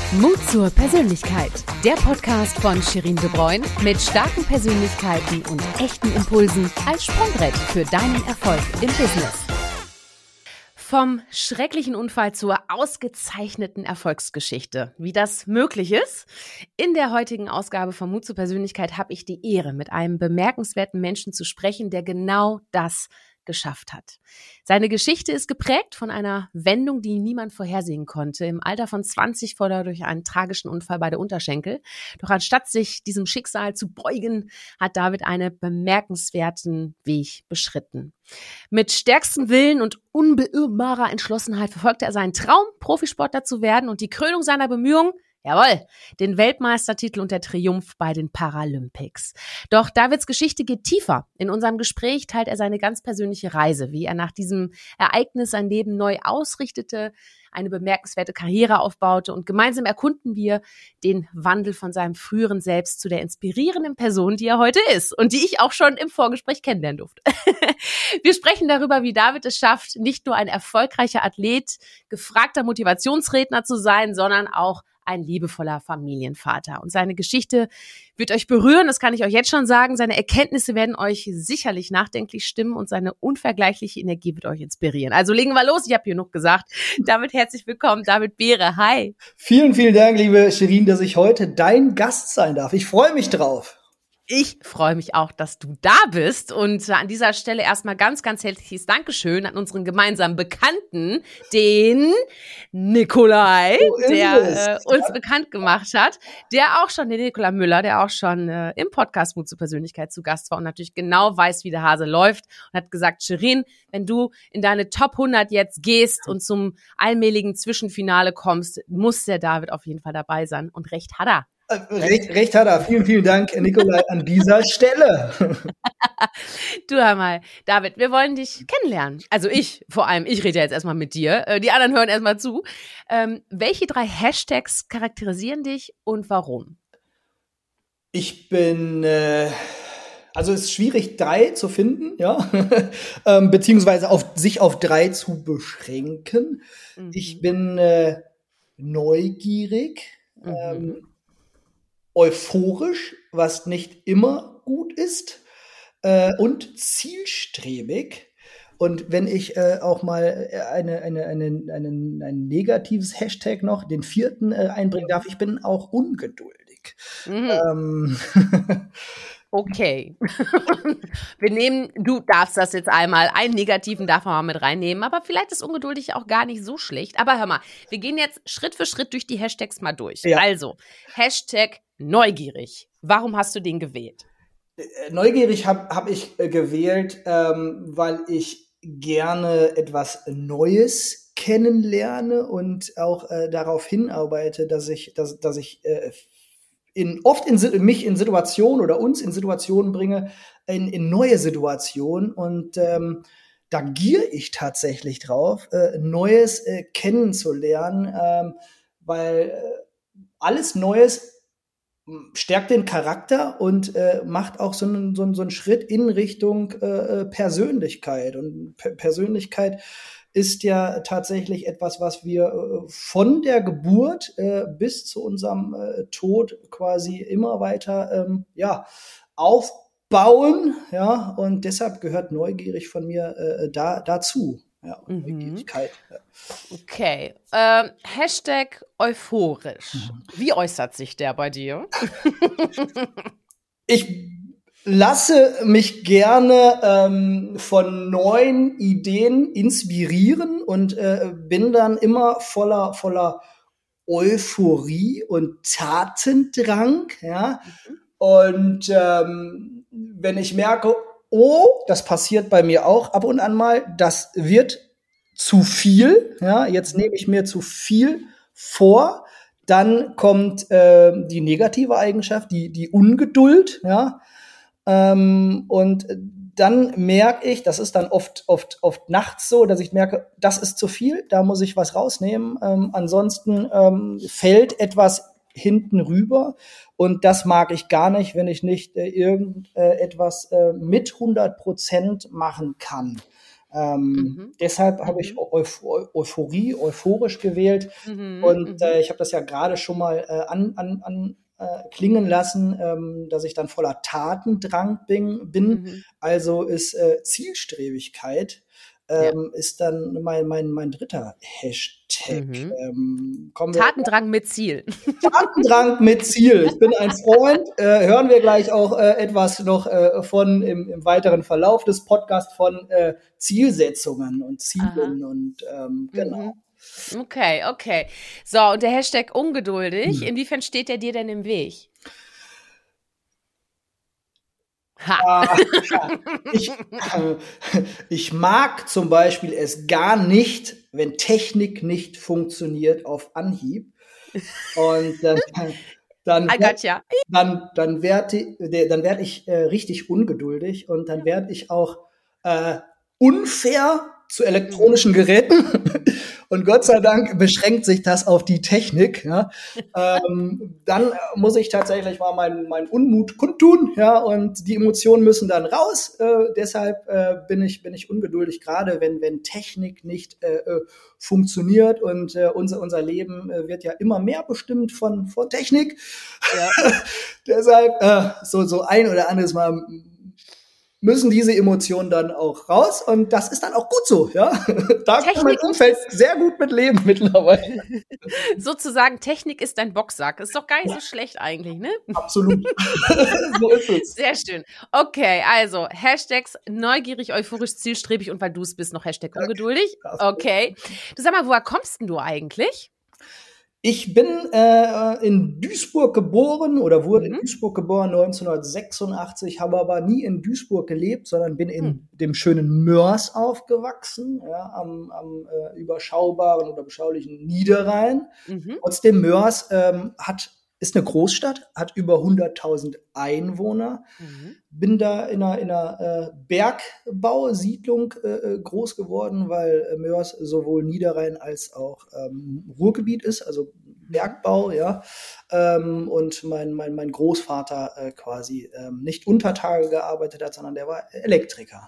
Mut zur Persönlichkeit. Der Podcast von Shirin De Bruyne mit starken Persönlichkeiten und echten Impulsen als Sprungbrett für deinen Erfolg im Business. Vom schrecklichen Unfall zur ausgezeichneten Erfolgsgeschichte. Wie das möglich ist? In der heutigen Ausgabe von Mut zur Persönlichkeit habe ich die Ehre, mit einem bemerkenswerten Menschen zu sprechen, der genau das geschafft hat. Seine Geschichte ist geprägt von einer Wendung, die niemand vorhersehen konnte. Im Alter von 20 verlor er durch einen tragischen Unfall beide Unterschenkel. Doch anstatt sich diesem Schicksal zu beugen, hat David einen bemerkenswerten Weg beschritten. Mit stärkstem Willen und unbeirrbarer Entschlossenheit verfolgte er seinen Traum, Profisportler zu werden, und die Krönung seiner Bemühungen: jawohl, den Weltmeistertitel und der Triumph bei den Paralympics. Doch Davids Geschichte geht tiefer. In unserem Gespräch teilt er seine ganz persönliche Reise, wie er nach diesem Ereignis sein Leben neu ausrichtete, eine bemerkenswerte Karriere aufbaute, und gemeinsam erkunden wir den Wandel von seinem früheren Selbst zu der inspirierenden Person, die er heute ist und die ich auch schon im Vorgespräch kennenlernen durfte. Wir sprechen darüber, wie David es schafft, nicht nur ein erfolgreicher Athlet, gefragter Motivationsredner zu sein, sondern auch ein liebevoller Familienvater. Und seine Geschichte wird euch berühren, das kann ich euch jetzt schon sagen. Seine Erkenntnisse werden euch sicherlich nachdenklich stimmen und seine unvergleichliche Energie wird euch inspirieren. Also legen wir los, ich habe genug gesagt. Damit herzlich willkommen, David Behre. Hi. Vielen, vielen Dank, liebe Shirin, dass ich heute dein Gast sein darf. Ich freue mich drauf. Ich freue mich auch, dass du da bist, und an dieser Stelle erstmal ganz, ganz herzliches Dankeschön an unseren gemeinsamen Bekannten, den Nikolai, der uns bekannt gemacht hat, der auch schon, den Nikolai Müller, der auch schon im Podcast Mut zur Persönlichkeit zu Gast war und natürlich genau weiß, wie der Hase läuft, und hat gesagt: Shirin, wenn du in deine Top 100 jetzt gehst und zum allmähligen Zwischenfinale kommst, muss der David auf jeden Fall dabei sein, und recht hat er. Recht hat er. Vielen, vielen Dank, Nikolai, an dieser Stelle. Du, hör mal, David, wir wollen dich kennenlernen. Also ich rede ja jetzt erstmal mit dir. Die anderen hören erstmal zu. Welche 3 Hashtags charakterisieren dich und warum? Ich bin, also es ist schwierig, 3 zu finden, ja, beziehungsweise sich auf 3 zu beschränken. Mhm. Ich bin neugierig, euphorisch, was nicht immer gut ist, und zielstrebig. Und wenn ich auch mal ein negatives Hashtag noch, den 4. einbringen darf, ich bin auch ungeduldig. Mhm. Okay. Du darfst das jetzt einmal, einen negativen darf man mal mit reinnehmen, aber vielleicht ist ungeduldig auch gar nicht so schlecht. Aber hör mal, wir gehen jetzt Schritt für Schritt durch die Hashtags mal durch. Ja. Also, Hashtag neugierig. Warum hast du den gewählt? Neugierig hab ich gewählt, weil ich gerne etwas Neues kennenlerne und auch darauf hinarbeite, dass ich mich in Situationen oder uns in Situationen bringe, in neue Situationen, und da giere ich tatsächlich drauf, Neues kennenzulernen, weil alles Neues stärkt den Charakter und macht auch so einen Schritt in Richtung Persönlichkeit. Und Persönlichkeit ist ja tatsächlich etwas, was wir von der Geburt bis zu unserem Tod quasi immer weiter aufbauen. Ja, und deshalb gehört neugierig von mir dazu. Ja, Neugierigkeit. Ja. Okay. Hashtag euphorisch. Wie äußert sich der bei dir? Ich lasse mich gerne von neuen Ideen inspirieren und bin dann immer voller Euphorie und Tatendrang. Ja? Und wenn ich merke, das passiert bei mir auch ab und an mal, das wird zu viel, ja, jetzt nehme ich mir zu viel vor, dann kommt die negative Eigenschaft, die Ungeduld, ja, und dann merke ich, das ist dann oft nachts so, dass ich merke, das ist zu viel, da muss ich was rausnehmen, ansonsten fällt etwas hinten rüber, und das mag ich gar nicht, wenn ich nicht irgendetwas mit 100% machen kann. Deshalb habe ich euphorisch gewählt. Und ich habe das ja gerade schon mal klingen lassen, dass ich dann voller Tatendrang bin. Also ist Zielstrebigkeit ist dann mein dritter Hashtag. Tatendrang mit Ziel. Tatendrang mit Ziel. Ich bin ein Freund. Hören wir gleich auch etwas noch von im weiteren Verlauf des Podcasts von Zielsetzungen und Zielen und genau. Okay. So, und der Hashtag ungeduldig, inwiefern steht der dir denn im Weg? Ich mag zum Beispiel es gar nicht, wenn Technik nicht funktioniert auf Anhieb. Und dann werde ich richtig ungeduldig und dann werde ich auch unfair zu elektronischen Geräten. Und Gott sei Dank beschränkt sich das auf die Technik. Ja. Dann muss ich tatsächlich mal meinen Unmut kundtun, ja, und die Emotionen müssen dann raus. Deshalb bin ich ungeduldig, gerade wenn Technik nicht funktioniert und unser Leben wird ja immer mehr bestimmt von Technik. Ja. Deshalb so ein oder anderes Mal müssen diese Emotionen dann auch raus und das ist dann auch gut so, ja. Da kann mein Umfeld sehr gut mit leben mittlerweile. Sozusagen, Technik ist dein Boxsack. Ist doch gar nicht so schlecht eigentlich, ne? Absolut. So ist es. Sehr schön. Okay, also Hashtags neugierig, euphorisch, zielstrebig und weil du es bist, noch Hashtag ungeduldig. Okay. Du sag mal, woher kommst denn du eigentlich? Ich bin in Duisburg geboren oder wurde in Duisburg geboren 1986, habe aber nie in Duisburg gelebt, sondern bin in dem schönen Mörs aufgewachsen, ja, am überschaubaren oder beschaulichen Niederrhein. Trotzdem, Mörs ist eine Großstadt, hat über 100.000 Einwohner. Bin da in einer Bergbausiedlung groß geworden, weil Mörs sowohl Niederrhein als auch Ruhrgebiet ist, also Bergbau, ja. Und mein Großvater quasi nicht unter Tage gearbeitet hat, sondern der war Elektriker.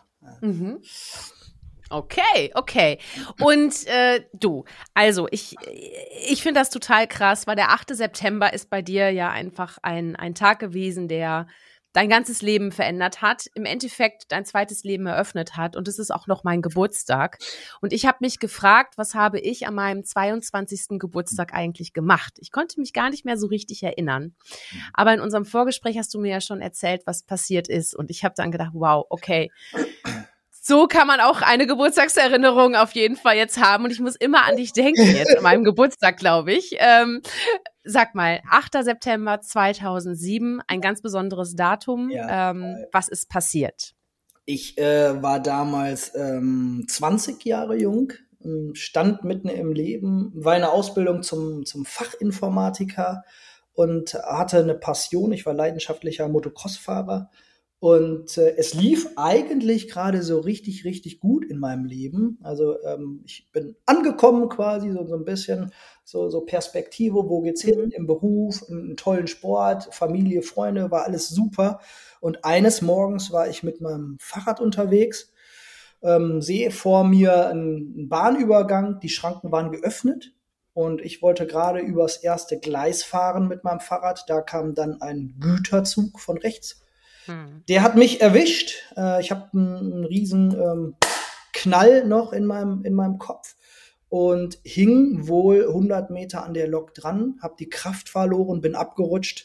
Okay. Und du, also ich finde das total krass, weil der 8. September ist bei dir ja einfach ein Tag gewesen, der dein ganzes Leben verändert hat, im Endeffekt dein zweites Leben eröffnet hat und es ist auch noch mein Geburtstag. Und ich habe mich gefragt, was habe ich an meinem 22. Geburtstag eigentlich gemacht? Ich konnte mich gar nicht mehr so richtig erinnern. Aber in unserem Vorgespräch hast du mir ja schon erzählt, was passiert ist und ich habe dann gedacht, wow, okay, so kann man auch eine Geburtstagserinnerung auf jeden Fall jetzt haben. Und ich muss immer an dich denken jetzt, an meinem Geburtstag, glaube ich. Sag mal, 8. September 2007, ein ganz besonderes Datum. Ja, was ist passiert? Ich war damals 20 Jahre jung, stand mitten im Leben, war in der Ausbildung zum Fachinformatiker und hatte eine Passion. Ich war leidenschaftlicher Motocross-Fahrer. Und es lief eigentlich gerade so richtig gut in meinem Leben. Also ich bin angekommen quasi, so ein bisschen so Perspektive, wo geht's hin im Beruf, einen tollen Sport, Familie, Freunde, war alles super. Und eines Morgens war ich mit meinem Fahrrad unterwegs, sehe vor mir einen Bahnübergang, die Schranken waren geöffnet. Und ich wollte gerade übers erste Gleis fahren mit meinem Fahrrad. Da kam dann ein Güterzug von rechts. Der hat mich erwischt. Ich habe einen riesen Knall noch in meinem Kopf und hing wohl 100 Meter an der Lok dran, habe die Kraft verloren, bin abgerutscht.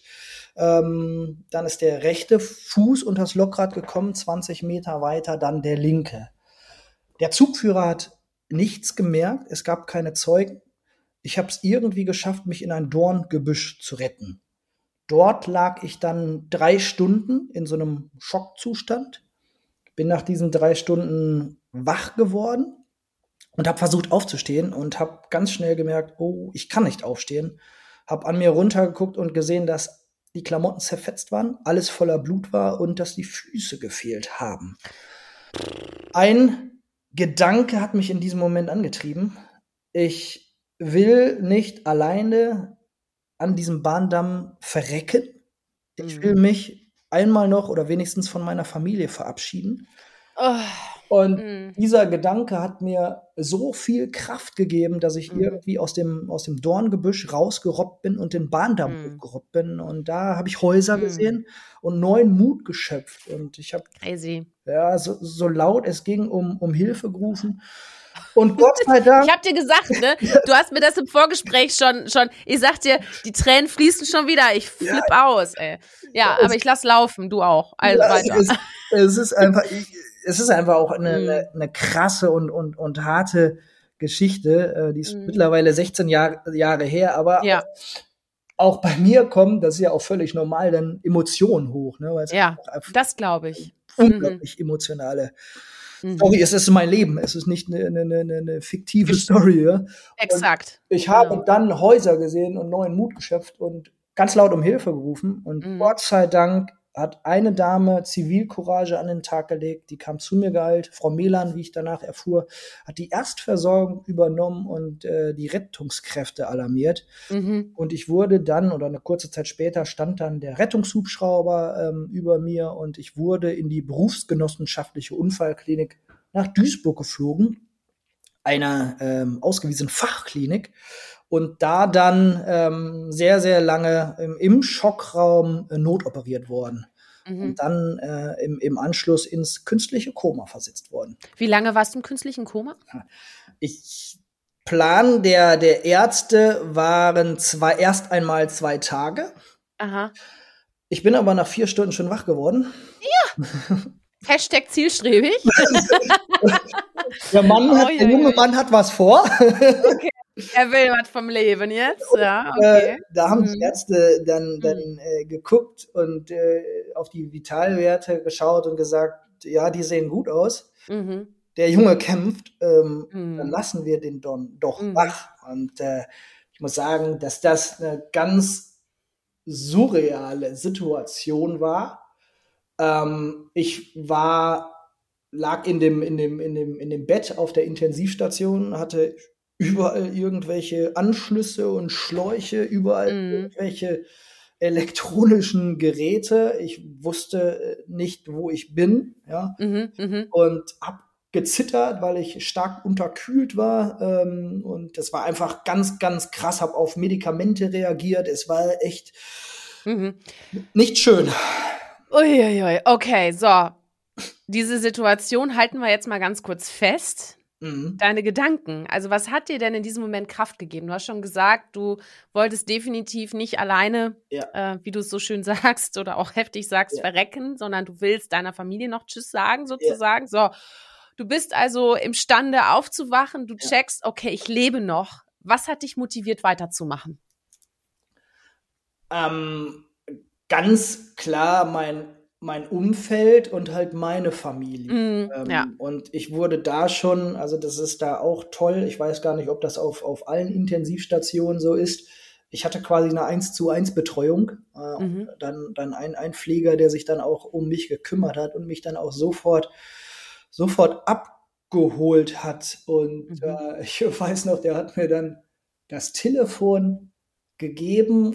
Dann ist der rechte Fuß unter das Lokrad gekommen, 20 Meter weiter, dann der linke. Der Zugführer hat nichts gemerkt, es gab keine Zeugen. Ich habe es irgendwie geschafft, mich in ein Dorngebüsch zu retten. Dort lag ich dann 3 Stunden in so einem Schockzustand, bin nach diesen 3 Stunden wach geworden und habe versucht aufzustehen und habe ganz schnell gemerkt, oh, ich kann nicht aufstehen. Habe an mir runtergeguckt und gesehen, dass die Klamotten zerfetzt waren, alles voller Blut war und dass die Füße gefehlt haben. Ein Gedanke hat mich in diesem Moment angetrieben. Ich will nicht alleine an diesem Bahndamm verrecken. Ich will mich einmal noch oder wenigstens von meiner Familie verabschieden. Oh. Und dieser Gedanke hat mir so viel Kraft gegeben, dass ich Mhm. irgendwie aus dem Dorngebüsch rausgerobbt bin und den Bahndamm hochgerobbt bin. Und da habe ich Häuser gesehen und neuen Mut geschöpft. Und ich habe Crazy. ja so laut es ging um Hilfe gerufen. Und Gott sei Dank. Ich habe dir gesagt, ne? Du hast mir das im Vorgespräch schon. Ich sag dir, die Tränen fließen schon wieder. Ich flipp aus, ey. Ja, aber ich lass laufen, du auch. Also weiter. Es ist einfach auch eine krasse und harte Geschichte. Die ist mittlerweile 16 Jahre her, aber ja. auch bei mir kommen, das ist ja auch völlig normal, dann Emotionen hoch. Ne? Weil es Ja, das glaube ich. Unglaublich emotionale Story. Es ist mein Leben. Es ist nicht eine fiktive Story. Ja? Exakt. Und ich habe dann Häuser gesehen und neuen Mut geschöpft und ganz laut um Hilfe gerufen. Und Gott sei Dank hat eine Dame Zivilcourage an den Tag gelegt, die kam zu mir geeilt, Frau Melan, wie ich danach erfuhr, hat die Erstversorgung übernommen und die Rettungskräfte alarmiert. Und ich wurde dann, oder eine kurze Zeit später, stand dann der Rettungshubschrauber über mir und ich wurde in die berufsgenossenschaftliche Unfallklinik nach Duisburg geflogen, einer ausgewiesenen Fachklinik. Und da dann sehr, sehr lange im Schockraum notoperiert worden. Und dann im Anschluss ins künstliche Koma versetzt worden. Wie lange warst du im künstlichen Koma? Plan der Ärzte waren erst einmal 2 Tage. Aha. Ich bin aber nach 4 Stunden schon wach geworden. Ja. Hashtag zielstrebig. Der junge Mann hat was vor. Okay. Er will was vom Leben jetzt, ja, okay. Da haben die Ärzte dann geguckt und auf die Vitalwerte geschaut und gesagt, ja, die sehen gut aus. Der Junge kämpft, dann lassen wir den Don doch wach. Und ich muss sagen, dass das eine ganz surreale Situation war. Ich lag in dem Bett auf der Intensivstation, hatte überall irgendwelche Anschlüsse und Schläuche, überall irgendwelche elektronischen Geräte. Ich wusste nicht, wo ich bin, ja, und habe gezittert, weil ich stark unterkühlt war, und das war einfach ganz, ganz krass, habe auf Medikamente reagiert. Es war echt nicht schön. Uiuiui, okay, so. Diese Situation halten wir jetzt mal ganz kurz fest. Deine Gedanken. Also was hat dir denn in diesem Moment Kraft gegeben? Du hast schon gesagt, du wolltest definitiv nicht alleine, wie du es so schön sagst oder auch heftig sagst, verrecken, sondern du willst deiner Familie noch Tschüss sagen, sozusagen. So, du bist also imstande aufzuwachen, du checkst, okay, ich lebe noch. Was hat dich motiviert, weiterzumachen? Ganz klar mein Umfeld und halt meine Familie. Und ich wurde da schon, also das ist da auch toll, ich weiß gar nicht, ob das auf allen Intensivstationen so ist. Ich hatte quasi eine 1:1 Betreuung. Dann ein Pfleger, der sich dann auch um mich gekümmert hat und mich dann auch sofort abgeholt hat. Und ich weiß noch, der hat mir dann das Telefon gegeben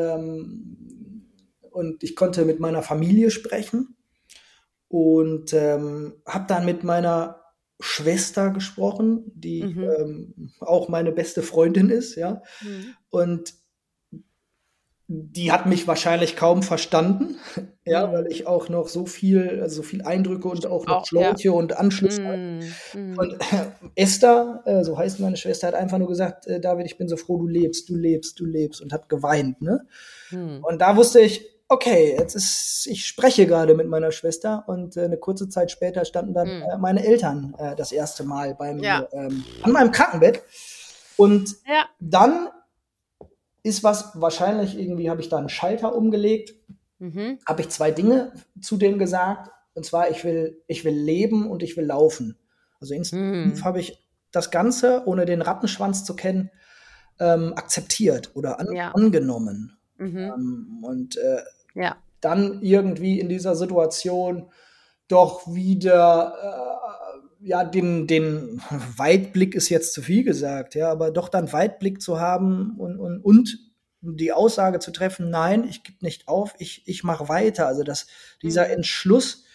und ich konnte mit meiner Familie sprechen und habe dann mit meiner Schwester gesprochen, die auch meine beste Freundin ist, ja. Und die hat mich wahrscheinlich kaum verstanden, ja, weil ich auch noch so viel Eindrücke und auch noch Schläuche und Anschlüsse hatte. Und Esther, so heißt meine Schwester, hat einfach nur gesagt, David, ich bin so froh, du lebst und hat geweint, ne? Und da wusste ich, okay, ich spreche gerade mit meiner Schwester und eine kurze Zeit später standen dann meine Eltern das erste Mal bei mir an meinem Krankenbett. Und dann ist wahrscheinlich irgendwie habe ich da einen Schalter umgelegt, habe ich 2 Dinge zu denen gesagt, und zwar ich will leben und ich will laufen. Also instinktiv habe ich das Ganze, ohne den Rattenschwanz zu kennen, akzeptiert oder angenommen. Und dann irgendwie in dieser Situation doch wieder den Weitblick ist jetzt zu viel gesagt, ja, aber doch dann Weitblick zu haben und die Aussage zu treffen, nein, ich gebe nicht auf, ich mache weiter. Also dieser Entschluss,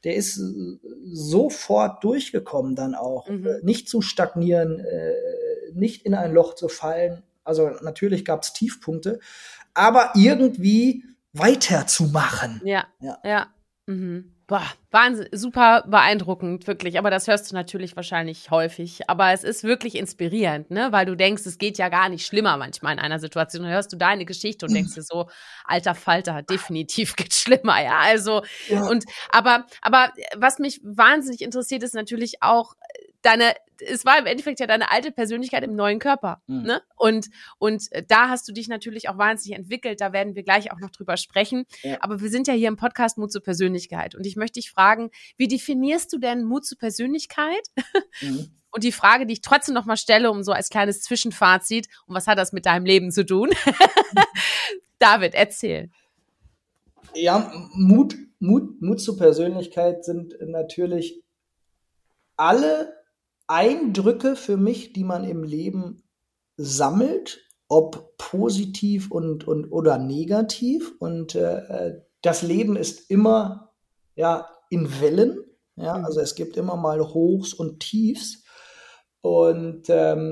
der ist sofort durchgekommen dann auch. Nicht zu stagnieren, nicht in ein Loch zu fallen. Also natürlich gab es Tiefpunkte, aber irgendwie weiterzumachen. Ja. Mhm. Boah, Wahnsinn, super beeindruckend, wirklich. Aber das hörst du natürlich wahrscheinlich häufig. Aber es ist wirklich inspirierend, ne? Weil du denkst, es geht ja gar nicht schlimmer manchmal in einer Situation. Dann hörst du deine Geschichte und denkst dir so, alter Falter, definitiv geht's schlimmer, ja. Also, Ja. aber was mich wahnsinnig interessiert, ist natürlich auch es war im Endeffekt ja deine alte Persönlichkeit im neuen Körper, ne? Und da hast du dich natürlich auch wahnsinnig entwickelt, da werden wir gleich auch noch drüber sprechen. Ja. Aber wir sind ja hier im Podcast Mut zur Persönlichkeit und ich möchte dich fragen, wie definierst du denn Mut zur Persönlichkeit? Und die Frage, die ich trotzdem noch mal stelle, um so als kleines Zwischenfazit, und was hat das mit deinem Leben zu tun? David, erzähl. Ja, Mut zur Persönlichkeit sind natürlich alle Eindrücke für mich, die man im Leben sammelt, ob positiv oder negativ. Und das Leben ist immer in Wellen. Ja, also es gibt immer mal Hochs und Tiefs. Und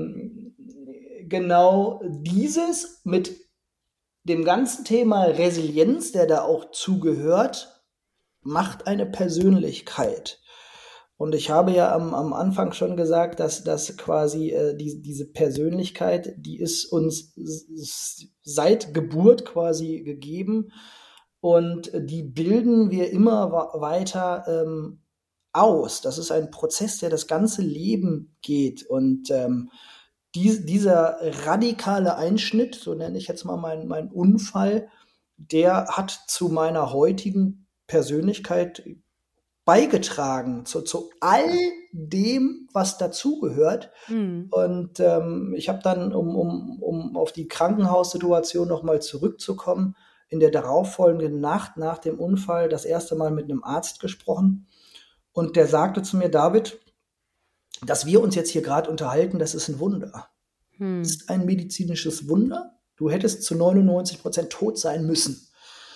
genau dieses mit dem ganzen Thema Resilienz, der da auch zugehört, macht eine Persönlichkeit. Und ich habe ja am Anfang schon gesagt, dass quasi diese Persönlichkeit, die ist uns seit Geburt quasi gegeben und die bilden wir immer weiter aus. Das ist ein Prozess, der das ganze Leben geht. Und dieser radikale Einschnitt, so nenne ich jetzt mal meinen Unfall, der hat zu meiner heutigen Persönlichkeit beigetragen, zu all dem, was dazugehört. Und ich habe dann, um auf die Krankenhaussituation nochmal zurückzukommen, in der darauffolgenden Nacht nach dem Unfall das erste Mal mit einem Arzt gesprochen. Und der sagte zu mir, David, dass wir uns jetzt hier gerade unterhalten, das ist ein Wunder. Das ist ein medizinisches Wunder. Du hättest zu 99% tot sein müssen.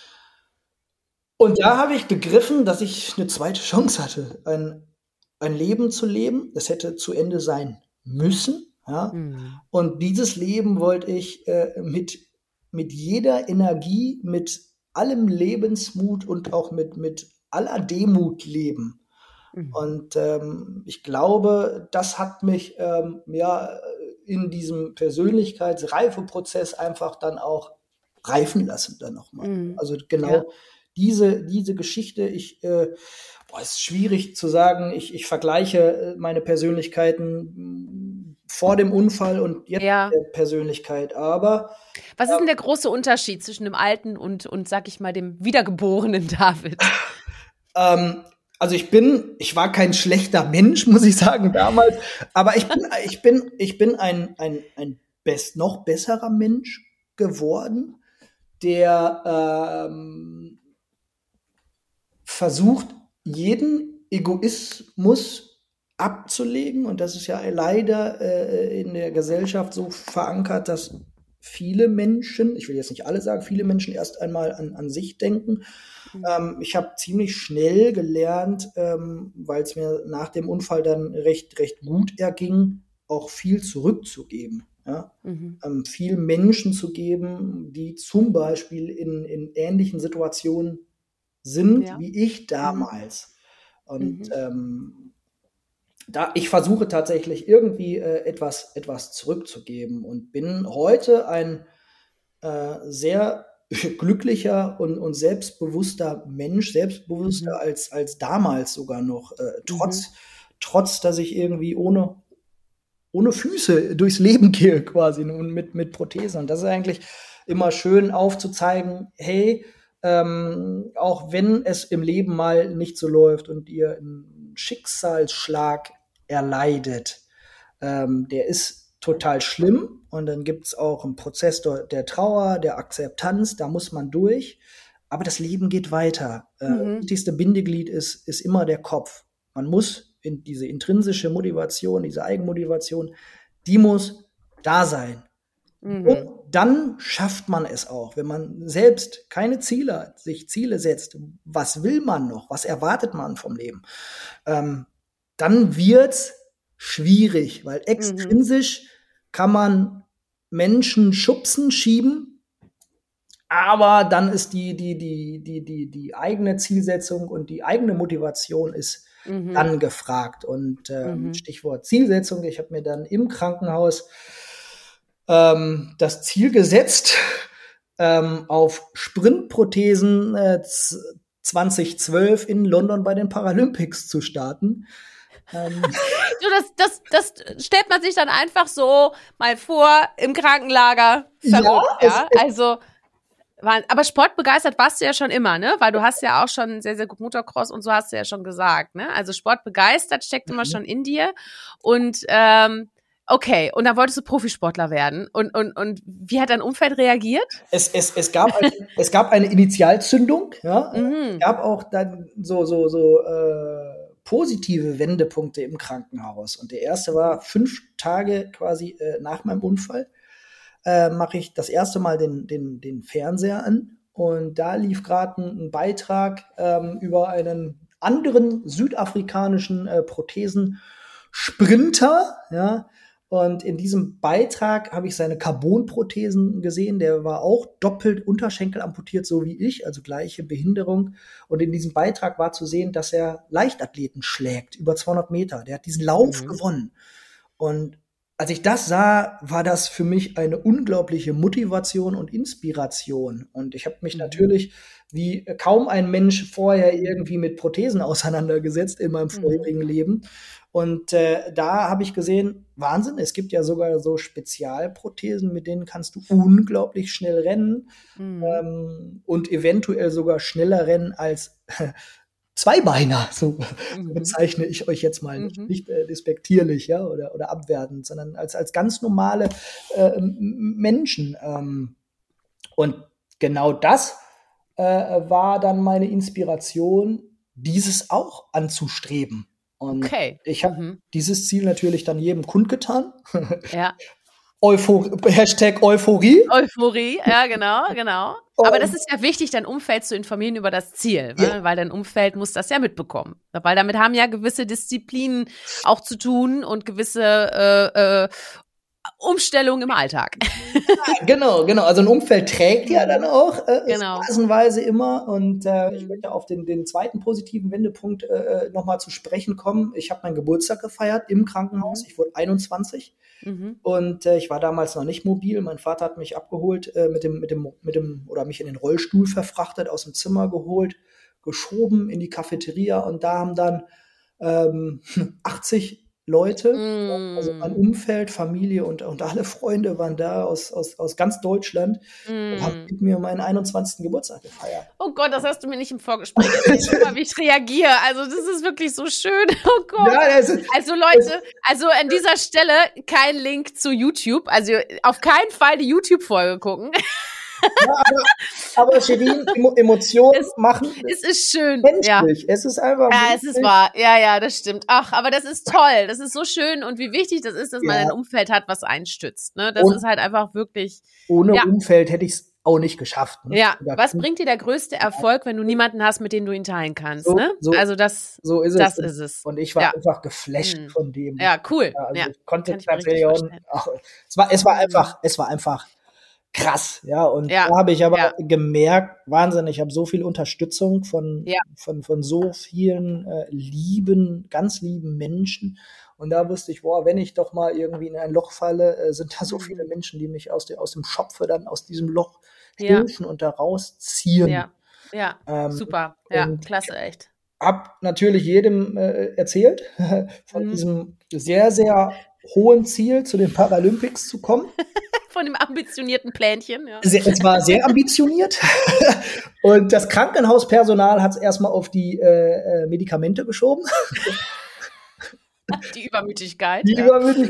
Und da habe ich begriffen, dass ich eine zweite Chance hatte, ein Leben zu leben. Das hätte zu Ende sein müssen. Ja? Und dieses Leben wollte ich mit jeder Energie, mit allem Lebensmut und auch mit aller Demut leben. Und ich glaube, das hat mich in diesem Persönlichkeitsreifeprozess einfach dann auch reifen lassen dann nochmal. Also genau diese Geschichte, es ist schwierig zu sagen, ich vergleiche meine Persönlichkeiten vor dem Unfall und jetzt der Persönlichkeit, aber was ist denn der große Unterschied zwischen dem alten und sag ich mal, dem wiedergeborenen David? Also ich war kein schlechter Mensch, muss ich sagen, damals, aber ich bin ein noch besserer Mensch geworden, der versucht, jeden Egoismus abzulegen. Und das ist ja leider in der Gesellschaft so verankert, dass viele Menschen, ich will jetzt nicht alle sagen, viele Menschen erst einmal an sich denken. Ich habe ziemlich schnell gelernt, weil es mir nach dem Unfall dann recht gut erging, auch viel zurückzugeben. Ja? Viel Menschen zu geben, die zum Beispiel in ähnlichen Situationen sind, wie ich damals. Und ich versuche tatsächlich irgendwie etwas zurückzugeben und bin heute ein sehr glücklicher und selbstbewusster Mensch, selbstbewusster als damals sogar noch, trotz, dass ich irgendwie ohne Füße durchs Leben gehe quasi und mit Prothesen. Und das ist eigentlich immer schön aufzuzeigen, hey, auch wenn es im Leben mal nicht so läuft und ihr einen Schicksalsschlag erleidet, der ist total schlimm und dann gibt es auch einen Prozess der Trauer, der Akzeptanz, da muss man durch, aber das Leben geht weiter. Das wichtigste Bindeglied ist immer der Kopf. Man muss in diese intrinsische Motivation, diese Eigenmotivation, die muss da sein. dann schafft man es auch. Wenn man selbst keine Ziele hat, sich Ziele setzt, was will man noch? Was erwartet man vom Leben? Dann wird's schwierig, weil extrinsisch kann man Menschen schubsen, schieben, aber dann ist die eigene Zielsetzung und die eigene Motivation ist dann gefragt. Und Stichwort Zielsetzung, ich habe mir dann im Krankenhaus das Ziel gesetzt, auf Sprintprothesen 2012 in London bei den Paralympics zu starten. Das stellt man sich dann einfach so mal vor im Krankenlager. Verrückt, ja. Also, aber sportbegeistert warst du ja schon immer, ne? Weil du hast ja auch schon sehr, sehr gut Motocross und so hast du ja schon gesagt, ne? Also sportbegeistert steckt immer schon in dir. Und okay, und dann wolltest du Profisportler werden. Und wie hat dein Umfeld reagiert? Es gab eine Initialzündung, ja. Es gab auch dann so positive Wendepunkte im Krankenhaus. Und der erste war 5 Tage quasi nach meinem Unfall. Mache ich das erste Mal den Fernseher an. Und da lief gerade ein Beitrag über einen anderen südafrikanischen Prothesensprinter, ja. Und in diesem Beitrag habe ich seine Carbonprothesen gesehen. Der war auch doppelt Unterschenkel amputiert, so wie ich, also gleiche Behinderung. Und in diesem Beitrag war zu sehen, dass er Leichtathleten schlägt, über 200 Meter. Der hat diesen Lauf gewonnen. Und als ich das sah, war das für mich eine unglaubliche Motivation und Inspiration. Und ich habe mich natürlich wie kaum ein Mensch vorher irgendwie mit Prothesen auseinandergesetzt in meinem vorherigen Leben. Und da habe ich gesehen, Wahnsinn, es gibt ja sogar so Spezialprothesen, mit denen kannst du unglaublich schnell rennen und eventuell sogar schneller rennen als Zweibeiner, so bezeichne ich euch jetzt mal nicht despektierlich, ja, oder abwertend, sondern als ganz normale Menschen. Und genau das war dann meine Inspiration, dieses auch anzustreben. Und ich habe dieses Ziel natürlich dann jedem kundgetan. Ja. Hashtag Euphorie. Euphorie, ja, genau. Aber das ist ja wichtig, dein Umfeld zu informieren über das Ziel, weil dein Umfeld muss das ja mitbekommen. Weil damit haben ja gewisse Disziplinen auch zu tun und gewisse Umstellungen im Alltag. Genau. Also ein Umfeld trägt ja dann auch phasenweise immer. Und ich möchte auf den zweiten positiven Wendepunkt nochmal zu sprechen kommen. Ich habe meinen Geburtstag gefeiert im Krankenhaus. Ich wurde 21. Und ich war damals noch nicht mobil. Mein Vater hat mich abgeholt oder mich in den Rollstuhl verfrachtet, aus dem Zimmer geholt, geschoben in die Cafeteria. Und da haben dann 80 Leute, also mein Umfeld, Familie und alle Freunde waren da aus ganz Deutschland und haben mit mir meinen 21. Geburtstag gefeiert. Oh Gott, das hast du mir nicht im Vorgespräch erzählt. Guck mal, wie ich reagiere. Also das ist wirklich so schön. Oh Gott. Ja, also Leute, an dieser Stelle kein Link zu YouTube. Also auf keinen Fall die YouTube-Folge gucken. Ja, aber Shirin, Emotionen machen. Es ist schön. Menschlich. Ja. Es ist einfach. Ja, es ist wahr. Ja, das stimmt. Ach, aber das ist toll. Das ist so schön. Und wie wichtig das ist, dass man ein Umfeld hat, was einstützt. Ne? Das ist halt einfach wirklich. Ohne Umfeld hätte ich es auch nicht geschafft. Ne? Ja, was bringt dir der größte Erfolg, wenn du niemanden hast, mit dem du ihn teilen kannst? Ne? Also so ist das ist es. Und ich war einfach geflasht von dem. Ja, cool. Also ich konnte tatsächlich auch. Es war einfach krass, ja. Und da habe ich aber gemerkt, Wahnsinn, ich habe so viel Unterstützung von so vielen ganz lieben Menschen. Und da wusste ich, wenn ich doch mal irgendwie in ein Loch falle, sind da so viele Menschen, die mich aus dem Schopfe dann aus diesem Loch helfen und da rausziehen. Ja, super. Ja, klasse, echt. Hab natürlich jedem erzählt von diesem sehr, sehr hohen Ziel, zu den Paralympics zu kommen. Von dem ambitionierten Plänchen, ja. Es war sehr ambitioniert. Und das Krankenhauspersonal hat es erstmal auf die Medikamente geschoben. Die Übermütigkeit. Die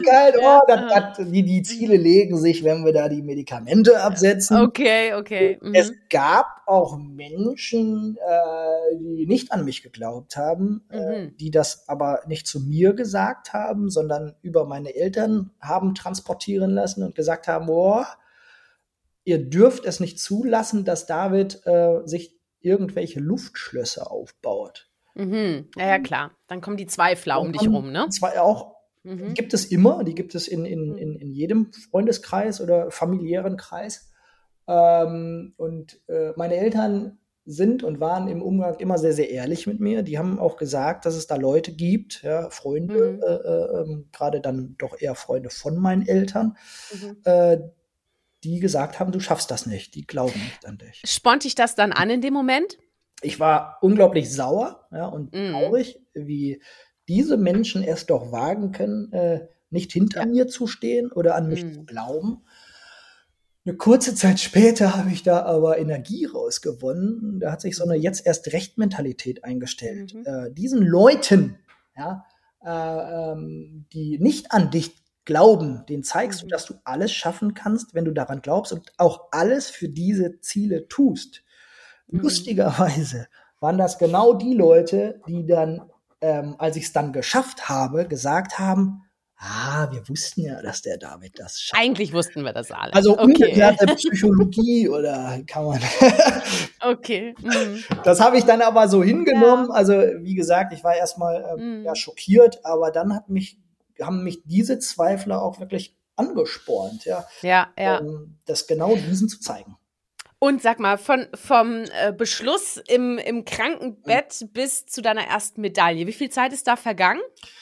Ziele legen sich, wenn wir da die Medikamente absetzen. Okay. Es gab auch Menschen, die nicht an mich geglaubt haben, die das aber nicht zu mir gesagt haben, sondern über meine Eltern haben transportieren lassen und gesagt haben, ihr dürft es nicht zulassen, dass David sich irgendwelche Luftschlösser aufbaut. Mhm. Ja, klar. Dann kommen die Zweifler um dich rum, ne? Die gibt es immer, die gibt es in jedem Freundeskreis oder familiären Kreis. Und meine Eltern sind und waren im Umgang immer sehr, sehr ehrlich mit mir. Die haben auch gesagt, dass es da Leute gibt, ja, Freunde, gerade dann doch eher Freunde von meinen Eltern, die gesagt haben, du schaffst das nicht, die glauben nicht an dich. Spornt dich das dann an in dem Moment? Ich war unglaublich sauer, ja, und traurig, wie diese Menschen es doch wagen können, nicht hinter mir zu stehen oder an mich zu glauben. Eine kurze Zeit später habe ich da aber Energie rausgewonnen. Da hat sich so eine Jetzt-erst-recht-Mentalität eingestellt. Diesen Leuten, ja, die nicht an dich glauben, denen zeigst du, dass du alles schaffen kannst, wenn du daran glaubst und auch alles für diese Ziele tust. Lustigerweise waren das genau die Leute, die dann, als ich es dann geschafft habe, gesagt haben, wir wussten ja, dass der David das schafft. Eigentlich wussten wir das alle. Also umgekehrte Psychologie oder kann man. Okay. Das habe ich dann aber so hingenommen. Ja. Also wie gesagt, ich war erstmal schockiert, aber dann haben mich diese Zweifler auch wirklich angespornt, das genau diesen zu zeigen. Und sag mal, vom Beschluss im Krankenbett bis zu deiner ersten Medaille, wie viel Zeit ist da vergangen?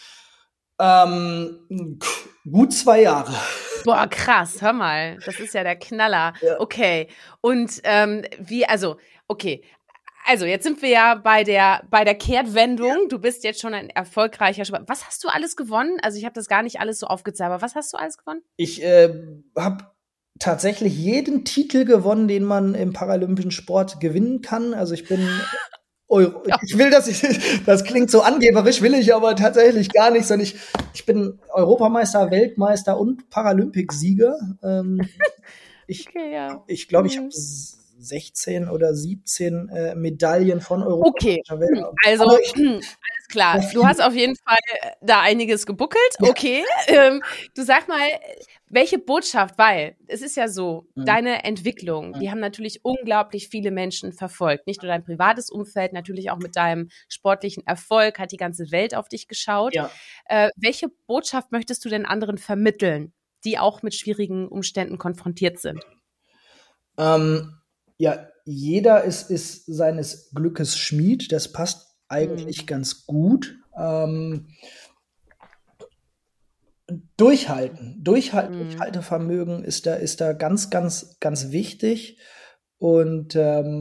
Gut 2 Jahre. Boah, krass, hör mal, das ist ja der Knaller. Ja. Okay, und also jetzt sind wir ja bei der Kehrtwendung. Ja. Du bist jetzt schon ein erfolgreicher Sportler. Was hast du alles gewonnen? Also ich habe das gar nicht alles so aufgezählt, aber was hast du alles gewonnen? Ich habe tatsächlich jeden Titel gewonnen, den man im paralympischen Sport gewinnen kann. Also ich bin ich will das klingt so angeberisch, will ich aber tatsächlich gar nicht, sondern ich bin Europameister, Weltmeister und Paralympicsieger. Ich glaube, ich habe 16 oder 17 Medaillen von Europa. Okay, also alles klar. Du hast auf jeden Fall da einiges gebuckelt. Okay, du sag mal, welche Botschaft, weil es ist ja so, deine Entwicklung, die haben natürlich unglaublich viele Menschen verfolgt. Nicht nur dein privates Umfeld, natürlich auch mit deinem sportlichen Erfolg hat die ganze Welt auf dich geschaut. Ja. Welche Botschaft möchtest du denn anderen vermitteln, die auch mit schwierigen Umständen konfrontiert sind? Jeder ist seines Glückes Schmied. Das passt eigentlich ganz gut. Durchhaltevermögen ist da ganz, ganz, ganz wichtig. Und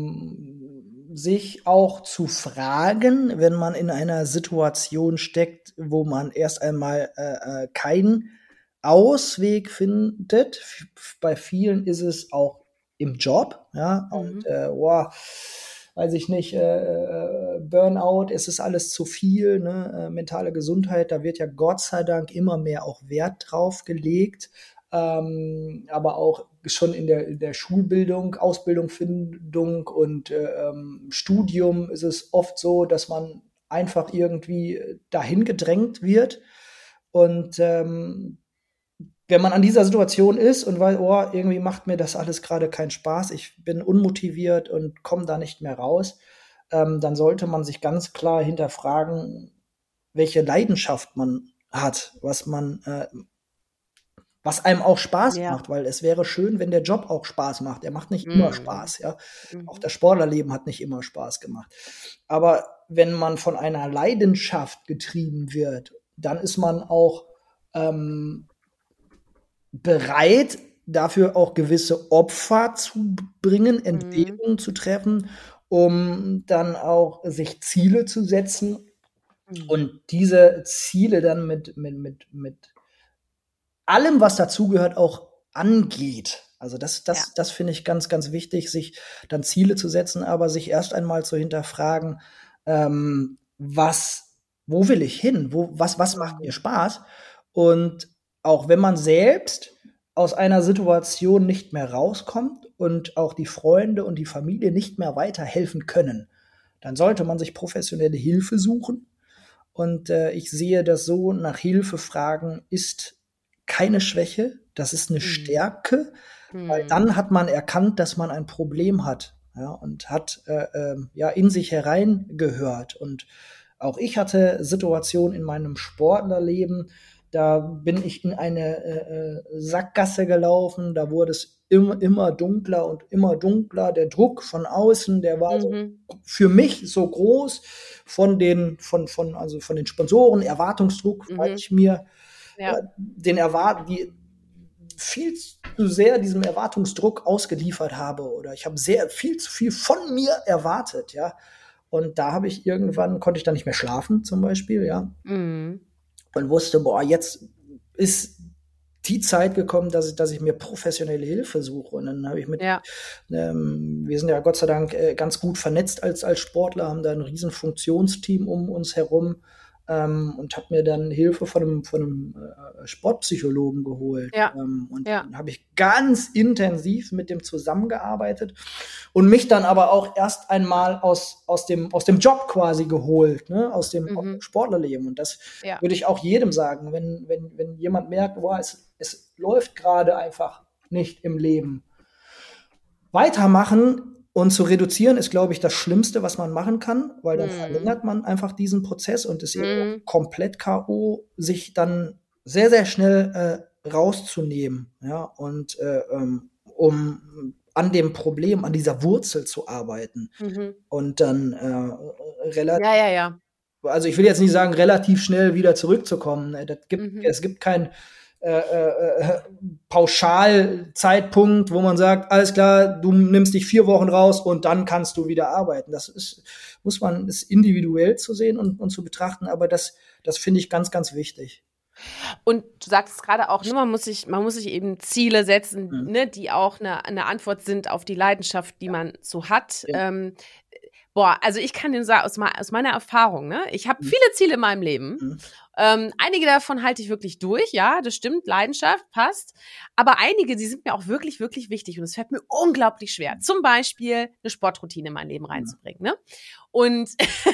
sich auch zu fragen, wenn man in einer Situation steckt, wo man erst einmal keinen Ausweg findet. Bei vielen ist es auch im Job, ja, und weiß ich nicht, Burnout, es ist alles zu viel, ne? Mentale Gesundheit, da wird ja Gott sei Dank immer mehr auch Wert drauf gelegt, aber auch schon in der Schulbildung, Ausbildung, Findung und Studium ist es oft so, dass man einfach irgendwie dahin gedrängt wird und wenn man an dieser Situation ist und weiß, irgendwie macht mir das alles gerade keinen Spaß, ich bin unmotiviert und komme da nicht mehr raus, dann sollte man sich ganz klar hinterfragen, welche Leidenschaft man hat, was einem auch Spaß macht, weil es wäre schön, wenn der Job auch Spaß macht. Er macht nicht immer Spaß, ja. Auch das Sportlerleben hat nicht immer Spaß gemacht. Aber wenn man von einer Leidenschaft getrieben wird, dann ist man auch bereit, dafür auch gewisse Opfer zu bringen, Entbehrungen zu treffen, um dann auch sich Ziele zu setzen und diese Ziele dann mit allem, was dazugehört, auch angeht. Also das finde ich ganz, ganz wichtig, sich dann Ziele zu setzen, aber sich erst einmal zu hinterfragen, wo will ich hin? Was macht mir Spaß? Und auch wenn man selbst aus einer Situation nicht mehr rauskommt und auch die Freunde und die Familie nicht mehr weiterhelfen können, dann sollte man sich professionelle Hilfe suchen. Und ich sehe das so, nach Hilfe fragen ist keine Schwäche, das ist eine Stärke, Weil dann hat man erkannt, dass man ein Problem hat, ja, und hat in sich hereingehört. Und auch ich hatte Situationen in meinem Sportlerleben, da bin ich in eine Sackgasse gelaufen, da wurde es immer dunkler und immer dunkler. Der Druck von außen, der war so für mich so groß von den Sponsoren, Erwartungsdruck, weil ich mir viel zu sehr diesem Erwartungsdruck ausgeliefert habe, oder ich habe viel zu viel von mir erwartet, ja. Und da konnte ich dann nicht mehr schlafen, zum Beispiel, ja. Und wusste, jetzt ist die Zeit gekommen, dass ich mir professionelle Hilfe suche. Und dann habe ich wir sind ja Gott sei Dank ganz gut vernetzt als Sportler, haben da ein riesen Funktionsteam um uns herum, und habe mir dann Hilfe von einem Sportpsychologen geholt. Dann habe ich ganz intensiv mit dem zusammengearbeitet und mich dann aber auch erst einmal aus dem Job quasi geholt, ne? Aus dem Sportlerleben. Und das würde ich auch jedem sagen, wenn jemand merkt, es läuft gerade einfach nicht im Leben. Weitermachen und zu reduzieren ist, glaube ich, das Schlimmste, was man machen kann, weil dann verlängert man einfach diesen Prozess und ist eben komplett K.O., sich dann sehr, sehr schnell rauszunehmen, ja, und um an dem Problem, an dieser Wurzel zu arbeiten. Und dann relativ, also ich will jetzt nicht sagen, relativ schnell wieder zurückzukommen. Es gibt kein Pauschalzeitpunkt, wo man sagt, alles klar, du nimmst dich 4 Wochen raus und dann kannst du wieder arbeiten. Das ist individuell zu sehen und zu betrachten, aber das finde ich ganz, ganz wichtig. Und du sagst gerade auch, ne, man muss sich eben Ziele setzen, ne, die auch eine Antwort sind auf die Leidenschaft, die man so hat. Ja. Also ich kann dir sagen, aus meiner Erfahrung, ne, ich habe viele Ziele in meinem Leben. Einige davon halte ich wirklich durch, ja, das stimmt, Leidenschaft, passt. Aber einige, die sind mir auch wirklich, wirklich wichtig und es fällt mir unglaublich schwer. Zum Beispiel eine Sportroutine in mein Leben reinzubringen, ne? Und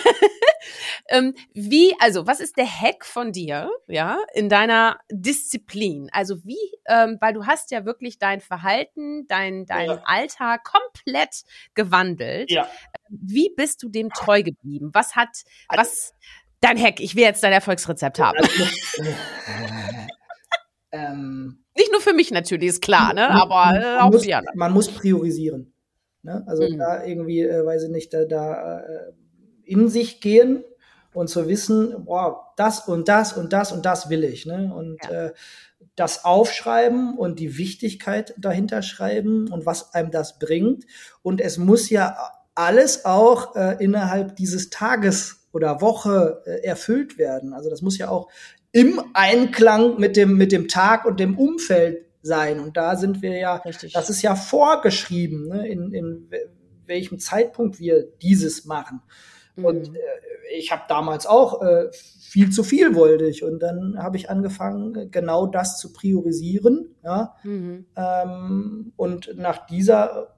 was ist der Hack von dir, ja, in deiner Disziplin? Also weil du hast ja wirklich dein Verhalten, dein Alltag komplett gewandelt. Ja. Wie bist du dem treu geblieben? Was dein Hack? Ich will jetzt dein Erfolgsrezept haben. Nicht nur für mich natürlich, ist klar, ne? Aber auch für die anderen. Man muss priorisieren. Ne? Also da irgendwie, weiß ich nicht, da in sich gehen und zu wissen, das und das und das und das will ich. Ne? Und das aufschreiben und die Wichtigkeit dahinter schreiben und was einem das bringt. Und es muss ja alles auch innerhalb dieses Tages oder Woche erfüllt werden. Also das muss ja auch im Einklang mit dem Tag und dem Umfeld sein. Und da sind wir ja, richtig. Das ist ja vorgeschrieben, ne, in welchem Zeitpunkt wir dieses machen. Und ich habe damals auch viel zu viel wollte ich. Und dann habe ich angefangen, genau das zu priorisieren. Ja? Und nach dieser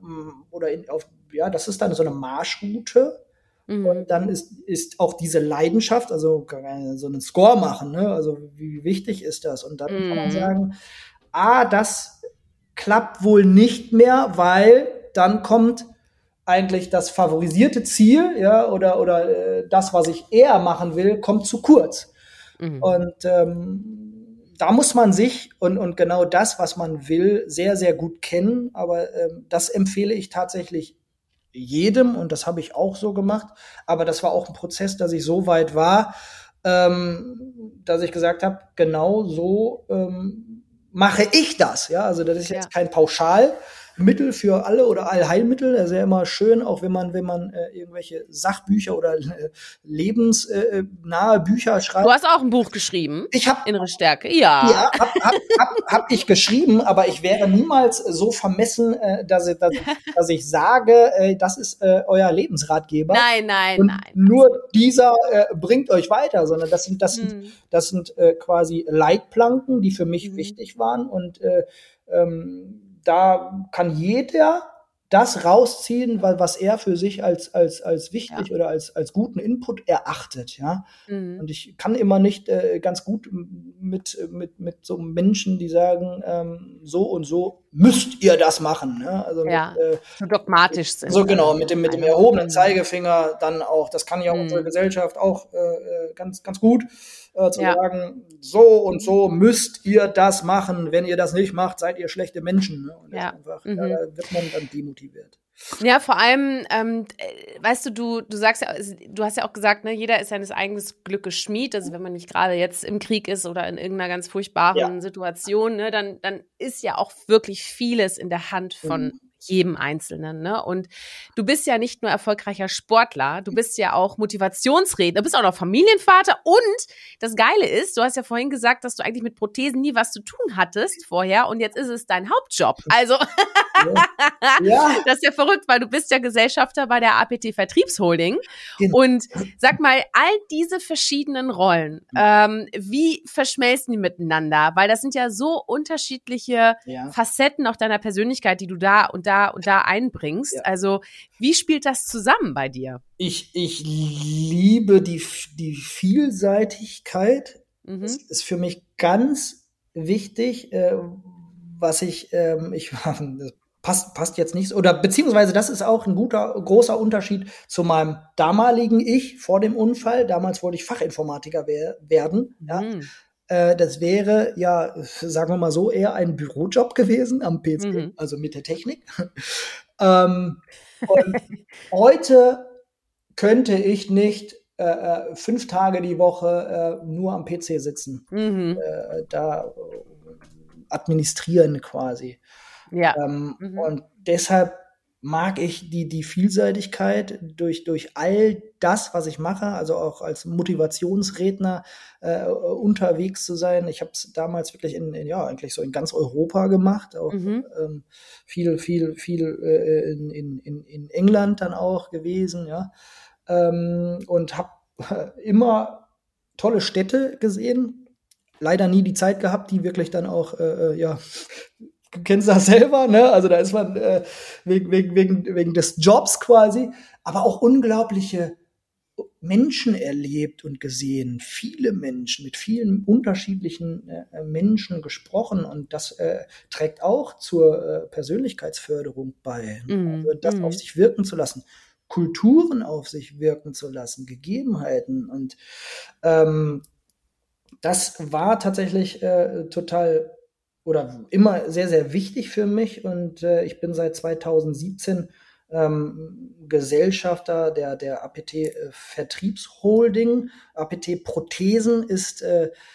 das ist dann so eine Marschroute. Und dann ist auch diese Leidenschaft, also so einen Score machen, ne? Also wie wichtig ist das? Und dann kann man sagen, das klappt wohl nicht mehr, weil dann kommt eigentlich das favorisierte Ziel, ja, oder das, was ich eher machen will, kommt zu kurz. Und da muss man sich und genau das, was man will, sehr, sehr gut kennen. Aber das empfehle ich tatsächlich jedem, und das habe ich auch so gemacht. Aber das war auch ein Prozess, dass ich so weit war, dass ich gesagt habe, genau so mache ich das. Ja, also das ist jetzt kein Pauschalmittel für alle oder Allheilmittel. Das ist ja immer schön, auch wenn man irgendwelche Sachbücher oder lebensnahe Bücher schreibt. Du hast auch ein Buch geschrieben. Ich habe Innere Stärke. Ja, hab ich geschrieben, aber ich wäre niemals so vermessen, dass ich sage, das ist euer Lebensratgeber. Nein. Nur dieser bringt euch weiter, sondern das sind quasi Leitplanken, die für mich wichtig waren, und da kann jeder das rausziehen, was er für sich als wichtig oder als guten Input erachtet, ja. Und ich kann immer nicht ganz gut mit so Menschen, die sagen, so und so müsst ihr das machen. Ne? Also so dogmatisch sind. So genau, mit dem erhobenen Zeigefinger dann auch, das kann ja unsere Gesellschaft auch ganz, ganz gut zu sagen, so und so müsst ihr das machen, wenn ihr das nicht macht, seid ihr schlechte Menschen. Ne? Und da wird man dann demotiviert. Ja, vor allem, weißt du sagst ja, du hast ja auch gesagt, ne, jeder ist seines eigenen Glückes Schmied. Also wenn man nicht gerade jetzt im Krieg ist oder in irgendeiner ganz furchtbaren Situation, ne, dann ist ja auch wirklich vieles in der Hand von jedem Einzelnen, ne? Und du bist ja nicht nur erfolgreicher Sportler, du bist ja auch Motivationsredner, du bist auch noch Familienvater und das Geile ist, du hast ja vorhin gesagt, dass du eigentlich mit Prothesen nie was zu tun hattest vorher und jetzt ist es dein Hauptjob. Also das ist ja verrückt, weil du bist ja Gesellschafter bei der APT Vertriebsholding. Genau. Und sag mal, all diese verschiedenen Rollen, wie verschmelzen die miteinander? Weil das sind ja so unterschiedliche Facetten auch deiner Persönlichkeit, die du da und da einbringst. Ja. Also wie spielt das zusammen bei dir? Ich liebe die Vielseitigkeit. Das ist für mich ganz wichtig, was das passt jetzt nicht, oder beziehungsweise das ist auch ein großer Unterschied zu meinem damaligen Ich vor dem Unfall. Damals wollte ich Fachinformatiker werden. Ja. Das wäre ja, sagen wir mal so, eher ein Bürojob gewesen am PC, also mit der Technik. Und heute könnte ich nicht 5 Tage die Woche nur am PC sitzen, da administrieren quasi. Ja. Und deshalb mag ich die Vielseitigkeit durch all das, was ich mache, also auch als Motivationsredner unterwegs zu sein. Ich habe es damals wirklich eigentlich so in ganz Europa gemacht, auch viel in England dann auch gewesen, ja, und habe immer tolle Städte gesehen. Leider nie die Zeit gehabt, die wirklich dann auch du kennst das selber, ne? Also da ist man wegen des Jobs quasi, aber auch unglaubliche Menschen erlebt und gesehen, viele Menschen, mit vielen unterschiedlichen Menschen gesprochen, und das trägt auch zur Persönlichkeitsförderung bei. Also das auf sich wirken zu lassen, Kulturen auf sich wirken zu lassen, Gegebenheiten, und das war tatsächlich total oder immer sehr, sehr wichtig für mich, und ich bin seit 2017 Gesellschafter der APT Vertriebsholding. APT Prothesen ist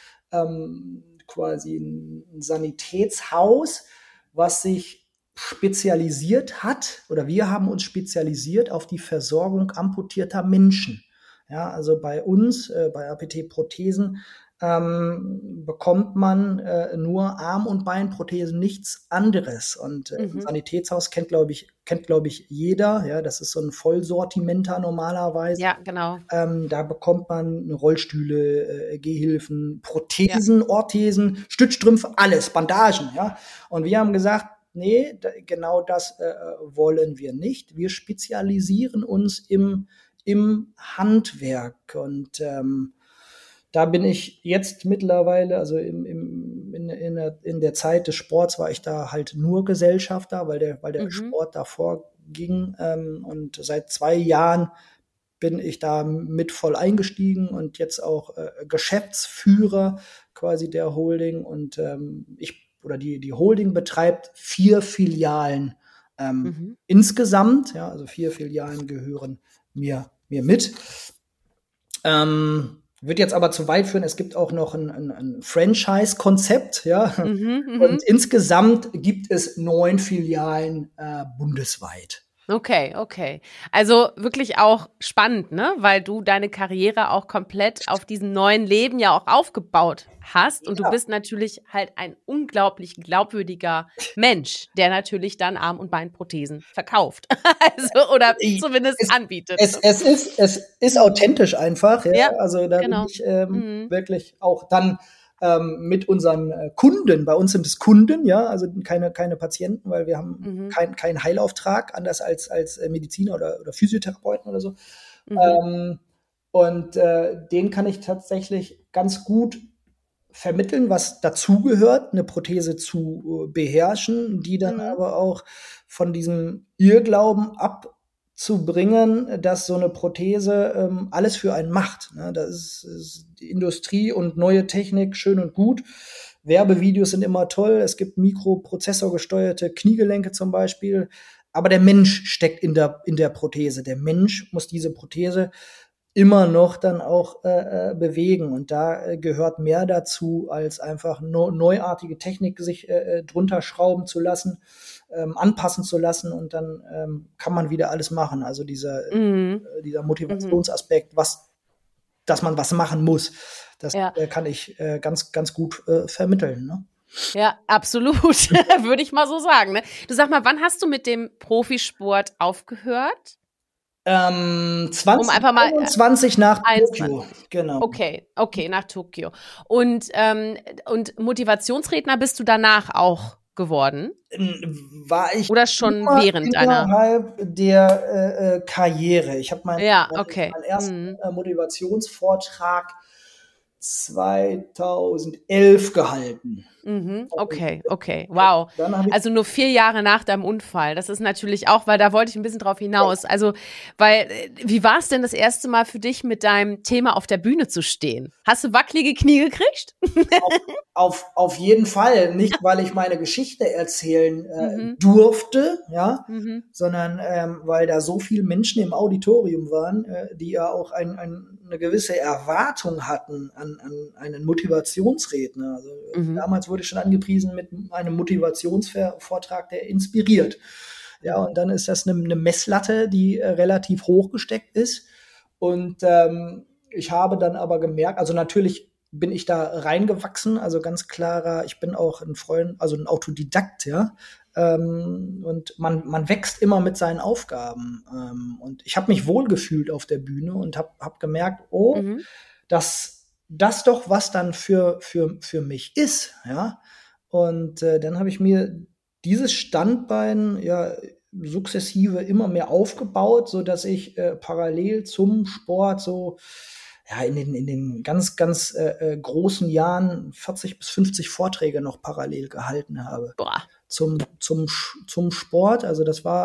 quasi ein Sanitätshaus, was sich spezialisiert hat, oder wir haben uns spezialisiert auf die Versorgung amputierter Menschen. Ja, also bei uns, bei APT Prothesen, bekommt man nur Arm- und Beinprothesen, nichts anderes. Und ein Sanitätshaus kennt, glaube ich, jeder. Ja, das ist so ein Vollsortimenter normalerweise. Ja, genau. Da bekommt man Rollstühle, Gehhilfen, Prothesen, Orthesen, Stützstrümpfe, alles, Bandagen. Ja, und wir haben gesagt, nee, genau das wollen wir nicht. Wir spezialisieren uns im Handwerk, und da bin ich jetzt mittlerweile, also in der Zeit des Sports war ich da halt nur Gesellschafter, weil der Sport davor ging, und seit 2 Jahren bin ich da mit voll eingestiegen und jetzt auch Geschäftsführer quasi der Holding, und die Holding betreibt 4 Filialen insgesamt, ja, also 4 Filialen gehören mir mit. Wird jetzt aber zu weit führen. Es gibt auch noch ein Franchise-Konzept, ja. Und insgesamt gibt es 9 Filialen bundesweit. Okay. Also wirklich auch spannend, ne? Weil du deine Karriere auch komplett auf diesem neuen Leben ja auch aufgebaut hast. Und du bist natürlich halt ein unglaublich glaubwürdiger Mensch, der natürlich dann Arm- und Beinprothesen verkauft. Also, oder zumindest anbietet. Es ist authentisch einfach, ja. Also da bin ich wirklich auch dann mit unseren Kunden, bei uns sind es Kunden, ja, also keine Patienten, weil wir haben keinen Heilauftrag, anders als Mediziner oder Physiotherapeuten oder so. Und den kann ich tatsächlich ganz gut vermitteln, was dazugehört, eine Prothese zu beherrschen, die dann aber auch von diesem Irrglauben abzubringen, dass so eine Prothese alles für einen macht. Ne? Das ist die Industrie und neue Technik schön und gut. Werbevideos sind immer toll. Es gibt mikroprozessorgesteuerte Kniegelenke zum Beispiel. Aber der Mensch steckt in der Prothese. Der Mensch muss diese Prothese immer noch dann auch bewegen. Und da gehört mehr dazu, als einfach neuartige Technik sich drunter schrauben zu lassen, anpassen zu lassen und dann kann man wieder alles machen. Also dieser Motivationsaspekt, dass man was machen muss, das kann ich ganz, ganz gut vermitteln. Ne? Ja, absolut, würde ich mal so sagen. Ne? Du sag mal, wann hast du mit dem Profisport aufgehört? 20 nach Tokio, genau. Okay, nach Tokio. Und Motivationsredner bist du danach auch geworden? War ich oder schon während innerhalb der Karriere. Ich habe meinen ersten Motivationsvortrag 2011 gehalten. Okay, wow. Also nur 4 Jahre nach deinem Unfall. Das ist natürlich auch, weil da wollte ich ein bisschen drauf hinaus. Also, wie war es denn das erste Mal für dich, mit deinem Thema auf der Bühne zu stehen? Hast du wackelige Knie gekriegt? Auf jeden Fall. Nicht, weil ich meine Geschichte erzählen durfte, sondern weil da so viele Menschen im Auditorium waren, die ja auch eine gewisse Erwartung hatten an einen Motivationsredner. Also damals wurde schon angepriesen mit einem Motivationsvortrag, der inspiriert. Ja, und dann ist das eine Messlatte, die relativ hoch gesteckt ist. Und ich habe dann aber gemerkt, also natürlich bin ich da reingewachsen, also ganz klarer, ich bin auch ein Autodidakt, ja. Und man wächst immer mit seinen Aufgaben. Und ich habe mich wohlgefühlt auf der Bühne und hab gemerkt, dass das doch was dann für mich ist, ja. Und dann habe ich mir dieses Standbein sukzessive immer mehr aufgebaut, so dass ich parallel zum Sport so in den ganz, ganz großen Jahren 40 bis 50 Vorträge noch parallel gehalten habe. Boah. Zum Sport. Also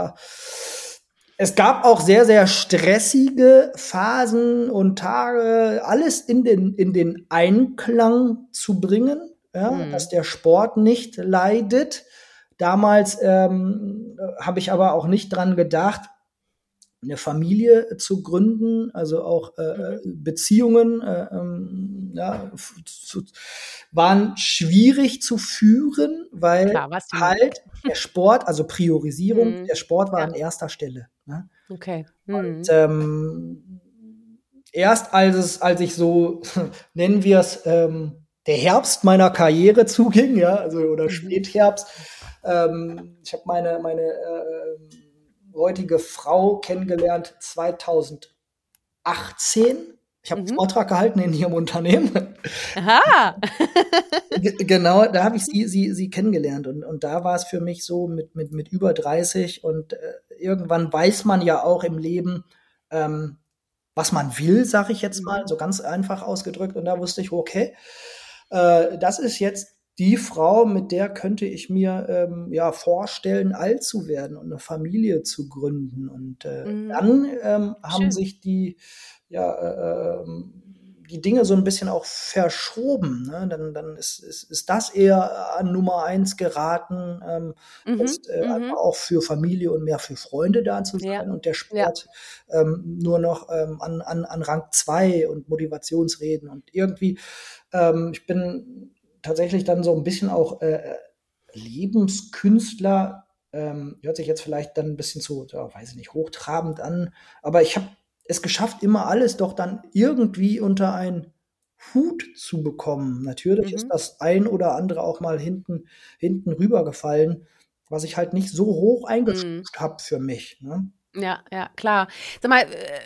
es gab auch sehr, sehr stressige Phasen und Tage, alles in den Einklang zu bringen, dass der Sport nicht leidet. Damals habe ich aber auch nicht dran gedacht, eine Familie zu gründen, also auch Beziehungen waren schwierig zu führen, weil der Sport, also Priorisierung, der Sport war an erster Stelle. Ne? Okay. Und erst als ich so, nennen wir es, der Herbst meiner Karriere zuging, oder Spätherbst, ich habe meine heutige Frau kennengelernt 2018. Ich habe einen Vortrag gehalten in ihrem Unternehmen. Aha. Genau, da habe ich sie kennengelernt. Und da war es für mich so mit über 30. Und irgendwann weiß man ja auch im Leben, was man will, sage ich jetzt mal, so ganz einfach ausgedrückt. Und da wusste ich, okay, das ist jetzt die Frau, mit der könnte ich mir vorstellen, alt zu werden und eine Familie zu gründen. Und dann haben sich die Dinge so ein bisschen auch verschoben. Ne? Dann ist das eher an Nummer 1 geraten, einfach auch für Familie und mehr für Freunde da zu sein und der Sport nur noch an Rang 2 und Motivationsreden und irgendwie ich bin tatsächlich dann so ein bisschen auch Lebenskünstler, hört sich jetzt vielleicht dann ein bisschen zu, weiß ich nicht, hochtrabend an, aber ich habe es geschafft, immer alles doch dann irgendwie unter einen Hut zu bekommen. Natürlich ist das ein oder andere auch mal hinten rübergefallen, was ich halt nicht so hoch eingestuft habe für mich. Ne? Ja, klar. Sag mal,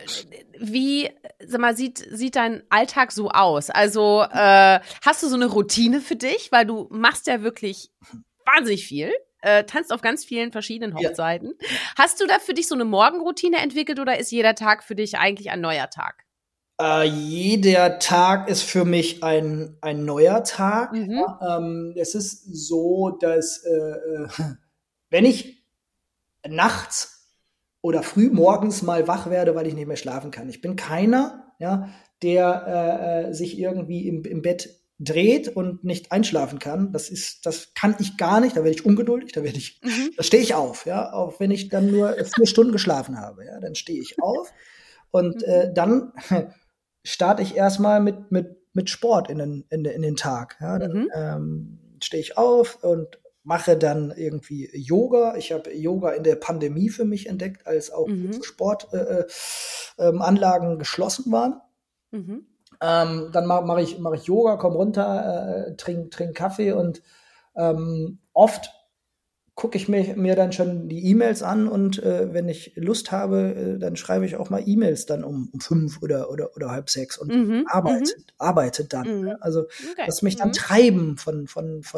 sieht dein Alltag so aus? Also hast du so eine Routine für dich? Weil du machst ja wirklich wahnsinnig viel, tanzt auf ganz vielen verschiedenen Hochzeiten. Ja. Hast du da für dich so eine Morgenroutine entwickelt oder ist jeder Tag für dich eigentlich ein neuer Tag? Jeder Tag ist für mich ein neuer Tag. Ja, es ist so, dass wenn ich nachts oder früh morgens mal wach werde, weil ich nicht mehr schlafen kann. Ich bin keiner, ja, der sich irgendwie im Bett dreht und nicht einschlafen kann. Das kann ich gar nicht. Da werde ich ungeduldig. Da stehe ich auf, ja, auch wenn ich dann nur 4 Stunden geschlafen habe. Ja, dann stehe ich auf und dann starte ich erstmal mit Sport in den Tag. Ja, dann stehe ich auf und mache dann irgendwie Yoga. Ich habe Yoga in der Pandemie für mich entdeckt, als auch Sportanlagen geschlossen waren. Dann mache ich Yoga, komme runter, trink Kaffee und oft gucke ich mir dann schon die E-Mails an und wenn ich Lust habe, dann schreibe ich auch mal E-Mails dann um 5 oder halb 6 und arbeite dann. Also lass mich dann treiben von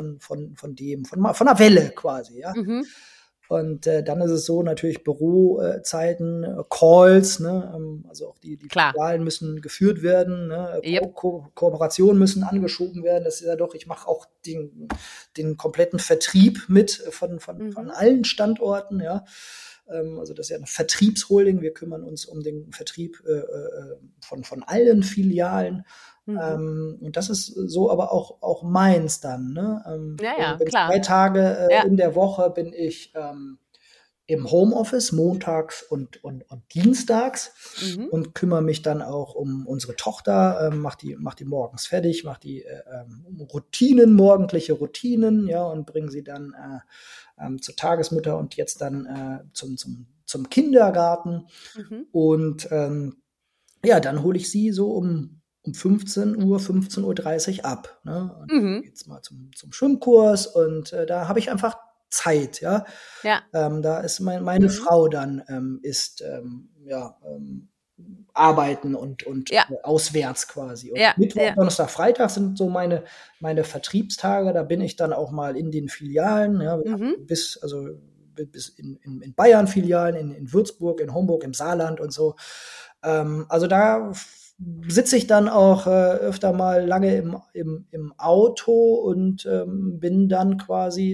der Welle quasi, ja. Und dann ist es so, natürlich Bürozeiten, Calls, ne, also auch die Filialen müssen geführt werden, ne, Kooperationen müssen angeschoben werden. Das ist ja doch, ich mache auch den kompletten Vertrieb mit von allen Standorten, ja. Also das ist ja eine Vertriebsholding. Wir kümmern uns um den Vertrieb von allen Filialen. Und das ist so aber auch meins dann. Ne? Klar. 2 Tage in der Woche bin ich im Homeoffice, montags und dienstags und kümmere mich dann auch um unsere Tochter, mach die morgens fertig, mach die morgendliche Routinen, ja, und bringe sie dann zur Tagesmutter und jetzt dann zum Kindergarten. Und dann hole ich sie so um 15:30 Uhr ab. Ne? Und dann geht's mal zum Schwimmkurs und da habe ich einfach Zeit, ja. Da ist meine Frau dann arbeiten und auswärts quasi. Und Mittwoch, Donnerstag, Freitag sind so meine Vertriebstage. Da bin ich dann auch mal in den Filialen, ja, bis in Bayern Filialen, in Würzburg, in Homburg, im Saarland und so. Also da sitze ich dann auch öfter mal lange im Auto und bin dann quasi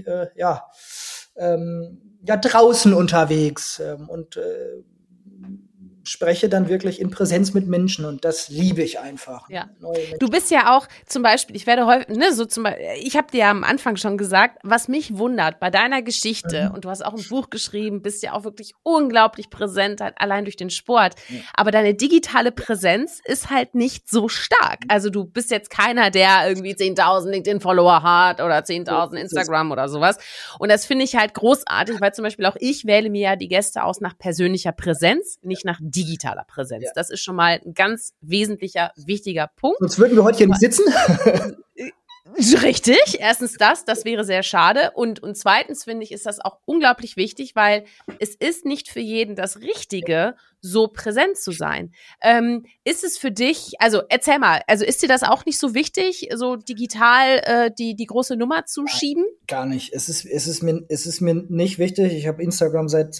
draußen unterwegs und spreche dann wirklich in Präsenz mit Menschen und das liebe ich einfach. Ja. Du bist ja auch zum Beispiel, ich werde häufig, ich habe dir ja am Anfang schon gesagt, was mich wundert bei deiner Geschichte, und du hast auch ein Buch geschrieben, bist ja auch wirklich unglaublich präsent, halt allein durch den Sport, aber deine digitale Präsenz ist halt nicht so stark. Also du bist jetzt keiner, der irgendwie 10.000 LinkedIn-Follower hat oder 10.000 Instagram oder sowas. Und das finde ich halt großartig, weil zum Beispiel auch ich wähle mir ja die Gäste aus nach persönlicher Präsenz, nicht nach digitaler Präsenz. Ja. Das ist schon mal ein ganz wesentlicher, wichtiger Punkt. Sonst würden wir heute hier nicht sitzen. Richtig. Erstens das wäre sehr schade. Und zweitens finde ich, ist das auch unglaublich wichtig, weil es ist nicht für jeden das Richtige, so präsent zu sein. Ist es für dich, also erzähl mal, also ist dir das auch nicht so wichtig, so digital die große Nummer zu schieben? Gar nicht. Es ist mir nicht wichtig. Ich habe Instagram seit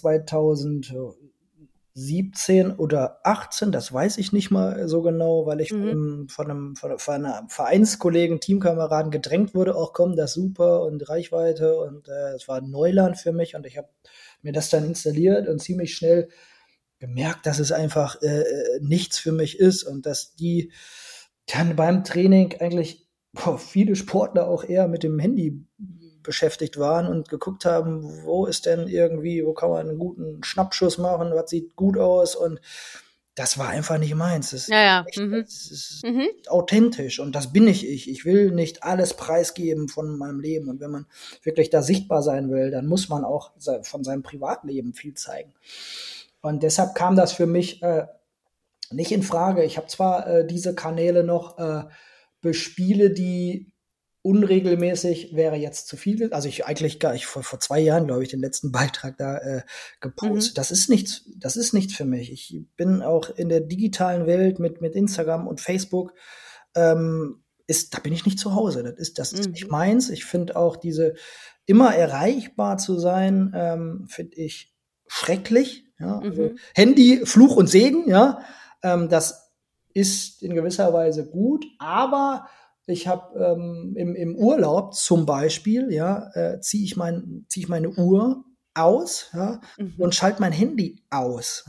2017 oder 18, das weiß ich nicht mal so genau, weil ich von einer Vereinskollegen, Teamkameraden gedrängt wurde, auch komm, das ist super und Reichweite und es war Neuland für mich und ich habe mir das dann installiert und ziemlich schnell gemerkt, dass es einfach nichts für mich ist und dass die dann beim Training eigentlich viele Sportler auch eher mit dem Handy beschäftigt waren und geguckt haben, wo kann man einen guten Schnappschuss machen, was sieht gut aus und das war einfach nicht meins. Das ist authentisch und das bin ich. Ich will nicht alles preisgeben von meinem Leben und wenn man wirklich da sichtbar sein will, dann muss man auch von seinem Privatleben viel zeigen. Und deshalb kam das für mich nicht in Frage. Ich habe zwar diese Kanäle noch bespiele, die unregelmäßig wäre jetzt zu viel. Also ich vor 2 Jahren, glaube ich, den letzten Beitrag da gepostet. Das ist nichts für mich. Ich bin auch in der digitalen Welt mit Instagram und Facebook, da bin ich nicht zu Hause. Das ist nicht meins. Ich finde auch diese immer erreichbar zu sein, finde ich schrecklich. Ja? Also Handy, Fluch und Segen, ja. Das ist in gewisser Weise gut, aber ich habe im Urlaub zum Beispiel, ziehe ich meine Uhr aus, und schalte mein Handy aus,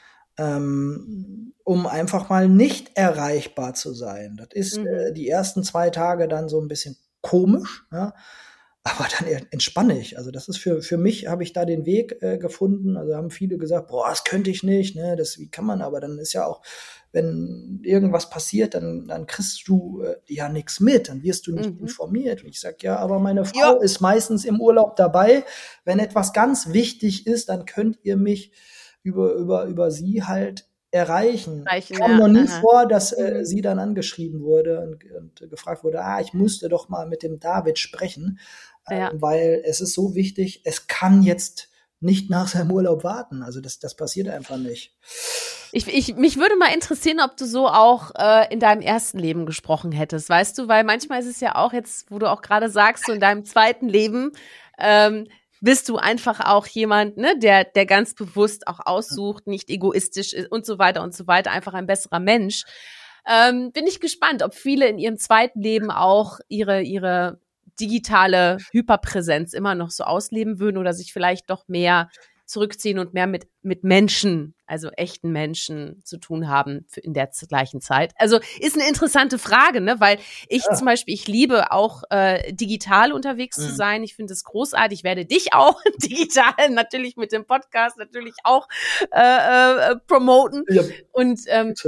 um einfach mal nicht erreichbar zu sein. Das ist die ersten 2 Tage dann so ein bisschen komisch, aber dann entspanne ich. Also das ist für mich, habe ich da den Weg gefunden. Also haben viele gesagt, boah, das könnte ich nicht, ne? Wie kann man, aber dann ist ja auch, wenn irgendwas passiert, dann kriegst du ja nichts mit, dann wirst du nicht informiert. Und ich sag, ja, aber meine Frau ist meistens im Urlaub dabei. Wenn etwas ganz wichtig ist, dann könnt ihr mich über sie halt erreichen. Kam noch nie vor, dass sie dann angeschrieben wurde und gefragt wurde, ich musste doch mal mit dem David sprechen, weil es ist so wichtig, es kann jetzt nicht nach seinem Urlaub warten. Also das passiert einfach nicht. Mich würde mal interessieren, ob du so auch in deinem ersten Leben gesprochen hättest, weißt du? Weil manchmal ist es ja auch jetzt, wo du auch gerade sagst, so in deinem zweiten Leben bist du einfach auch jemand, ne, der ganz bewusst auch aussucht, nicht egoistisch ist und so weiter, einfach ein besserer Mensch. Bin ich gespannt, ob viele in ihrem zweiten Leben auch ihre digitale Hyperpräsenz immer noch so ausleben würden oder sich vielleicht doch mehr zurückziehen und mehr mit Menschen, also echten Menschen zu tun haben in der gleichen Zeit. Also ist eine interessante Frage, ne? Weil ich zum Beispiel, ich liebe auch digital unterwegs zu sein. Ich finde es großartig. Ich werde dich auch digital natürlich mit dem Podcast natürlich auch promoten. Ja. Und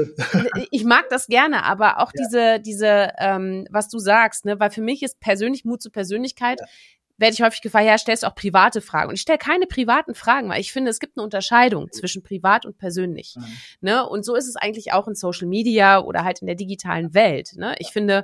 ich mag das gerne, aber auch diese was du sagst, ne? Weil für mich ist persönlich Mut zur Persönlichkeit, werde ich häufig gefragt, stellst du auch private Fragen? Und ich stelle keine privaten Fragen, weil ich finde, es gibt eine Unterscheidung zwischen privat und persönlich. Ne? Und so ist es eigentlich auch in Social Media oder halt in der digitalen Welt. Ne? Ich finde,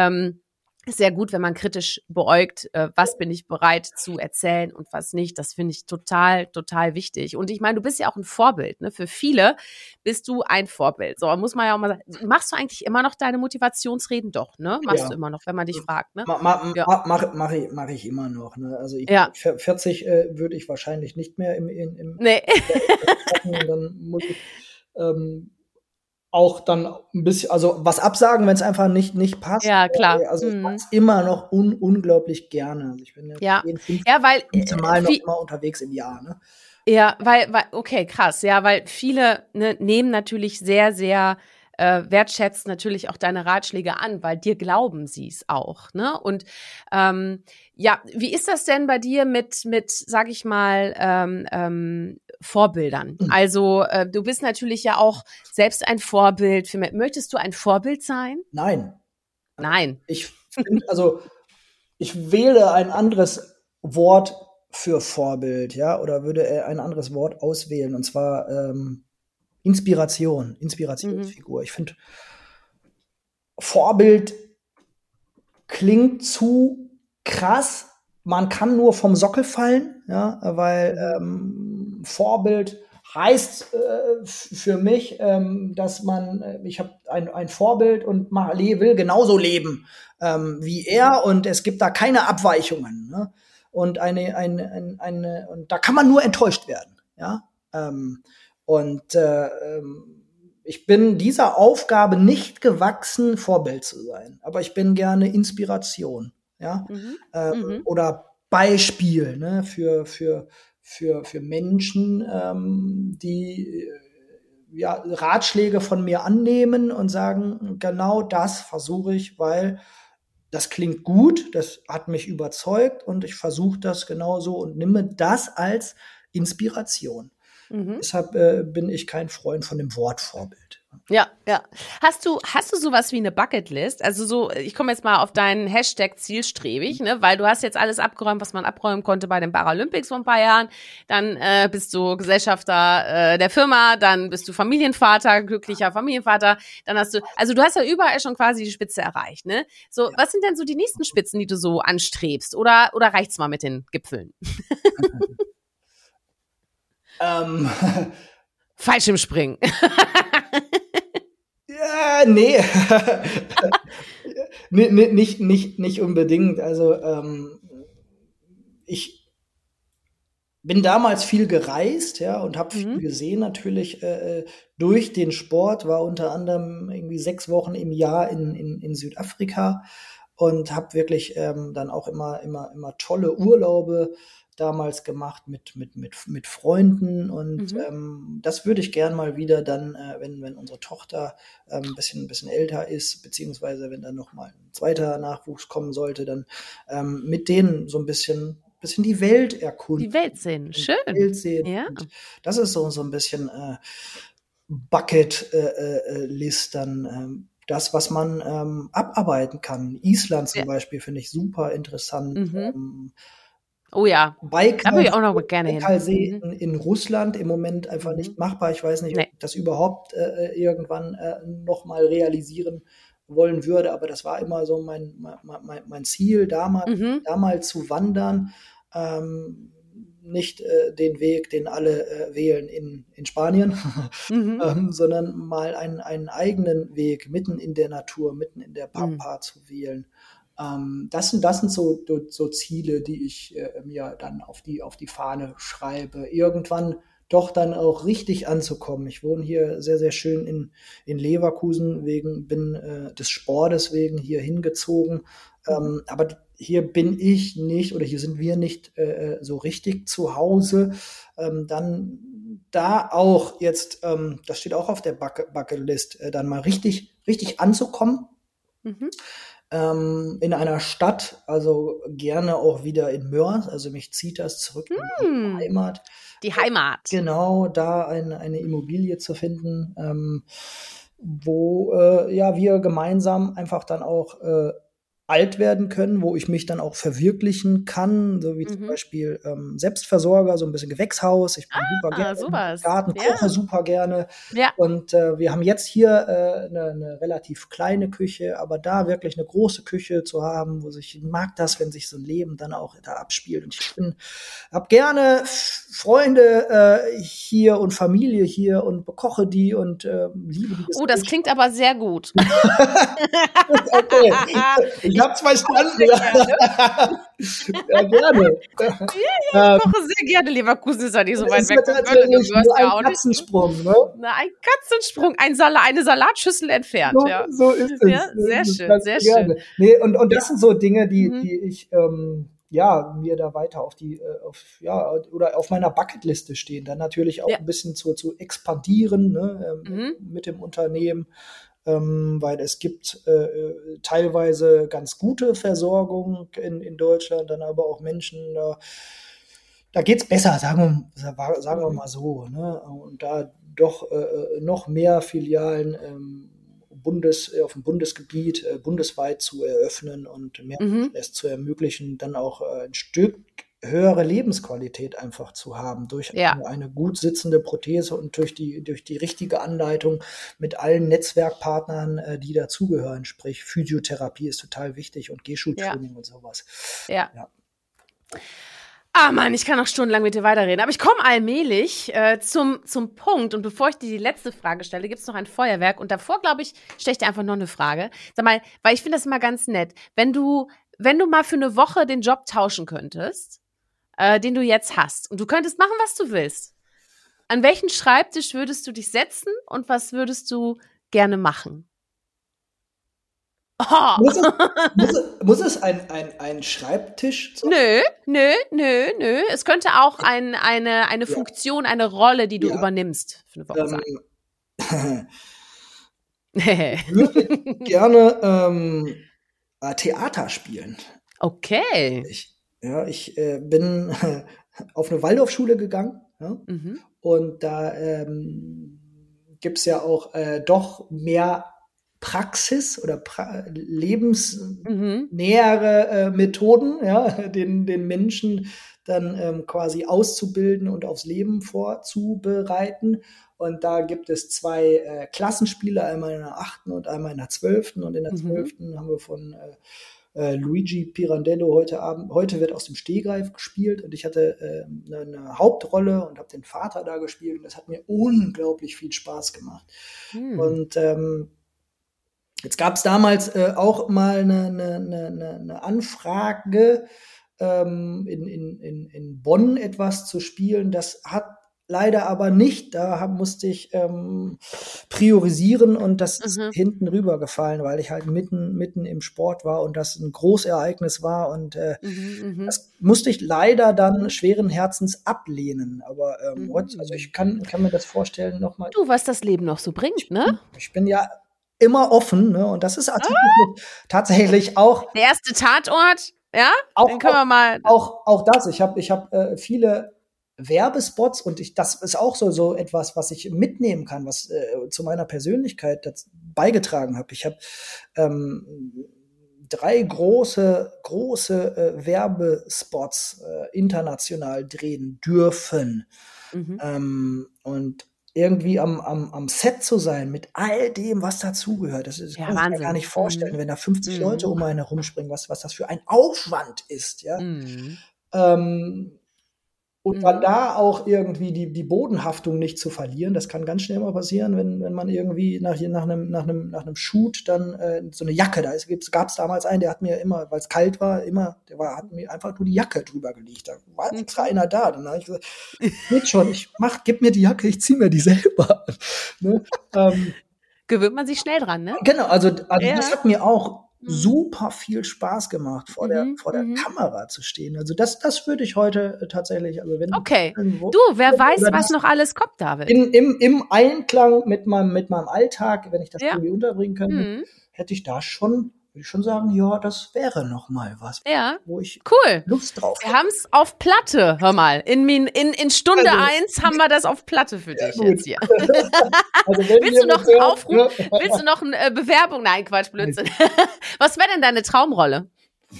sehr gut, wenn man kritisch beäugt, was bin ich bereit zu erzählen und was nicht. Das finde ich total, total wichtig. Und ich meine, du bist ja auch ein Vorbild. Ne? Für viele bist du ein Vorbild. So, muss man ja auch mal sagen, machst du eigentlich immer noch deine Motivationsreden? Doch, ne? Machst du immer noch, wenn man dich fragt, ne? Mach ich immer noch. Ne? Also 40 würde ich wahrscheinlich nicht mehr nee. Dann muss ich auch dann ein bisschen, also was absagen, wenn es einfach nicht passt. Ja, klar. Also ich mache es immer noch unglaublich gerne. Also ich bin jeden 15 Mal noch immer unterwegs im Jahr. Ne? Ja, weil okay, krass. Ja, weil viele nehmen natürlich sehr, sehr wertschätzt natürlich auch deine Ratschläge an, weil dir glauben sie es auch, ne? Und wie ist das denn bei dir mit sag ich mal, Vorbildern? Also du bist natürlich ja auch selbst ein Vorbild. Möchtest du ein Vorbild sein? Nein. Ich wähle ein anderes Wort für Vorbild, oder würde ein anderes Wort auswählen, und zwar Inspirationsfigur. Ich finde, Vorbild klingt zu krass. Man kann nur vom Sockel fallen, weil Vorbild heißt für mich, dass ich habe ein Vorbild und will genauso leben wie er, und es gibt da keine Abweichungen. Ne? Und und da kann man nur enttäuscht werden. Ich bin dieser Aufgabe nicht gewachsen, Vorbild zu sein. Aber ich bin gerne Inspiration, oder Beispiel, ne, für Menschen, die Ratschläge von mir annehmen und sagen, genau das versuche ich, weil das klingt gut, das hat mich überzeugt und ich versuche das genauso und nehme das als Inspiration. Deshalb bin ich kein Freund von dem Wort Vorbild. Ja. Hast du sowas wie eine Bucketlist? Also so, ich komme jetzt mal auf deinen Hashtag zielstrebig, ne? Weil du hast jetzt alles abgeräumt, was man abräumen konnte bei den Paralympics vor ein paar Jahren. Dann bist du Gesellschafter der Firma, dann bist du Familienvater, glücklicher Familienvater. Dann hast du ja überall schon quasi die Spitze erreicht, ne? So, was sind denn so die nächsten Spitzen, die du so anstrebst? Oder reicht's mal mit den Gipfeln? Fallschirmspringen. Ja, nee. nicht unbedingt. Also bin damals viel gereist, ja, und habe viel Mhm. gesehen natürlich durch den Sport, war unter anderem irgendwie 6 Wochen im Jahr in Südafrika und habe wirklich dann auch immer tolle Urlaube damals gemacht mit Freunden und Mhm. das würde ich gern mal wieder dann, wenn unsere Tochter bisschen älter ist, beziehungsweise wenn dann noch mal ein zweiter Nachwuchs kommen sollte, dann mit denen so ein bisschen die Welt erkunden Die Welt sehen. und die Schön. Welt sehen. Ja. Und das ist so ein bisschen Bucket List dann das, was man abarbeiten kann. Island zum Ja. Beispiel finde ich super interessant. Mhm. Oh ja, da würde ich auch noch mal gerne hin. Baikalsee Mhm. in Russland im Moment einfach nicht Mhm. machbar. Ich weiß nicht, ob Ne. ich das überhaupt irgendwann noch mal realisieren wollen würde, aber das war immer so mein Ziel, Mhm. da mal zu wandern. Nicht den Weg, den alle wählen in Spanien, Mhm. sondern mal einen eigenen Weg mitten in der Natur, mitten in der Mhm. Pampa zu wählen. Das sind so Ziele, die ich mir dann auf die Fahne schreibe. Irgendwann doch dann auch richtig anzukommen. Ich wohne hier sehr, sehr schön in Leverkusen, bin des Sportes wegen hier hingezogen. Mhm. Aber hier bin ich nicht oder hier sind wir nicht so richtig zu Hause. Dann da auch jetzt, das steht auch auf der Bucketlist, dann mal richtig anzukommen Mhm. in einer Stadt, also gerne auch wieder in Mörs, also mich zieht das zurück in meine Hm. Heimat. Die Heimat. Genau, da eine Immobilie zu finden, wo ja wir gemeinsam einfach dann auch alt werden können, wo ich mich dann auch verwirklichen kann, so wie zum Mhm. Beispiel Selbstversorger, so ein bisschen Gewächshaus. Ich bin super gerne Ah, so im was. Garten, koche Ja. super gerne. Ja. Und wir haben jetzt hier eine relativ kleine Küche, aber da wirklich eine große Küche zu haben, ich mag das, wenn sich so ein Leben dann auch da abspielt. Und ich habe gerne Freunde hier und Familie hier und bekoche die und liebe die Oh, das Gesellschaft. klingt aber sehr gut. Okay, ich habe es verstanden. Ja, gerne. Ich Ähm, koche sehr gerne. Leverkusen ist ja nicht so weit ist weg ja von Köln und du tatsächlich wirst nur ja ein auch nicht. Katzensprung, ne? Na, ein Katzensprung, eine Salatschüssel entfernt, So, ja. so ist es. Ja, So sehr ist es schön, ganz sehr schön. gerne. Nee, und Ja. das sind so Dinge, Mhm. die ich ja mir da weiter oder auf meiner Bucketliste stehen. Dann natürlich auch Ja. ein bisschen zu expandieren, ne, Mhm. mit dem Unternehmen, weil es gibt teilweise ganz gute Versorgung in Deutschland, dann aber auch Menschen, da geht's besser, sagen wir Mhm. mal so, ne? Und da doch noch mehr Filialen auf dem Bundesgebiet bundesweit zu eröffnen und mehr Mhm. Menschen es zu ermöglichen, dann auch ein Stück höhere Lebensqualität einfach zu haben durch Ja. eine gut sitzende Prothese und durch die richtige Anleitung mit allen Netzwerkpartnern, die dazugehören. Sprich, Physiotherapie ist total wichtig und Ja. Gehschuhtraining und sowas. Ja. Ja. Ah Mann, ich kann noch stundenlang mit dir weiterreden. Aber ich komme allmählich zum Punkt. Und bevor ich dir die letzte Frage stelle, gibt es noch ein Feuerwerk. Und davor, glaube ich, stelle ich dir einfach noch eine Frage. Sag mal, weil ich finde das immer ganz nett. Wenn du mal für eine Woche den Job tauschen könntest, den du jetzt hast, und du könntest machen, was du willst, an welchen Schreibtisch würdest du dich setzen und was würdest du gerne machen? Oh. Muss es ein Schreibtisch sein? Nö. Es könnte auch eine Ja. Funktion, eine Rolle, die du Ja. übernimmst für eine Woche sein. Ich würde gerne Theater spielen. Okay. Ich bin auf eine Waldorfschule gegangen, ja? Mhm. Und da gibt's ja auch doch mehr Praxis oder Mhm. lebensnähere Methoden, ja, den Menschen dann quasi auszubilden und aufs Leben vorzubereiten. Und da gibt es 2 Klassenspiele, einmal in der 8. und einmal in der 12. Und in der Mhm. 12. haben wir von Luigi Pirandello heute wird aus dem Stehgreif gespielt und ich hatte eine Hauptrolle und habe den Vater da gespielt und das hat mir unglaublich viel Spaß gemacht. Hm. Und jetzt gab es damals auch mal eine Anfrage in Bonn etwas zu spielen. Das hat leider aber nicht. Da musste ich priorisieren und das ist hinten rübergefallen, weil ich halt mitten im Sport war und das ein Großereignis war und das musste ich leider dann schweren Herzens ablehnen. Aber also ich kann mir das vorstellen nochmal. Du, was das Leben noch so bringt, ne? Ich bin ja immer offen, ne? Und das ist tatsächlich auch der erste Tatort, ja? Auch, Den können wir mal. Auch das. Ich habe viele Werbespots und das ist auch so etwas, was ich mitnehmen kann, was zu meiner Persönlichkeit beigetragen habe. Ich habe 3 große Werbespots international drehen dürfen. Und irgendwie am Set zu sein mit all dem, was dazugehört, das kann ich mir gar nicht vorstellen, wenn da 50 Leute um einen herumspringen, was das für ein Aufwand ist, ja. Und dann da auch irgendwie die Bodenhaftung nicht zu verlieren, das kann ganz schnell mal passieren, wenn man irgendwie nach einem Shoot dann so eine Jacke, gab es damals einen, der hat mir immer, weil es kalt war, hat mir einfach nur die Jacke drüber gelegt. Da war extra einer da. Dann habe ich gesagt, geht schon, gib mir die Jacke, ich ziehe mir die selber an. Ne? Gewöhnt man sich schnell dran, ne? Genau, also das hat mir auch super viel Spaß gemacht, vor der Kamera zu stehen. Also das würde ich heute tatsächlich, also wenn wer weiß, was noch alles kommt, David. Im Einklang mit meinem Alltag, wenn ich das irgendwie unterbringen könnte, hätte ich da schon, würde ich schon sagen, ja, das wäre noch mal was, wo ich Lust drauf habe. Wir haben es auf Platte, hör mal. In Stunde 1 haben wir das auf Platte für dich jetzt hier. Also willst du noch einen Aufruf? Willst du noch eine Bewerbung? Nein, Quatsch, Blödsinn. Was wäre denn deine Traumrolle?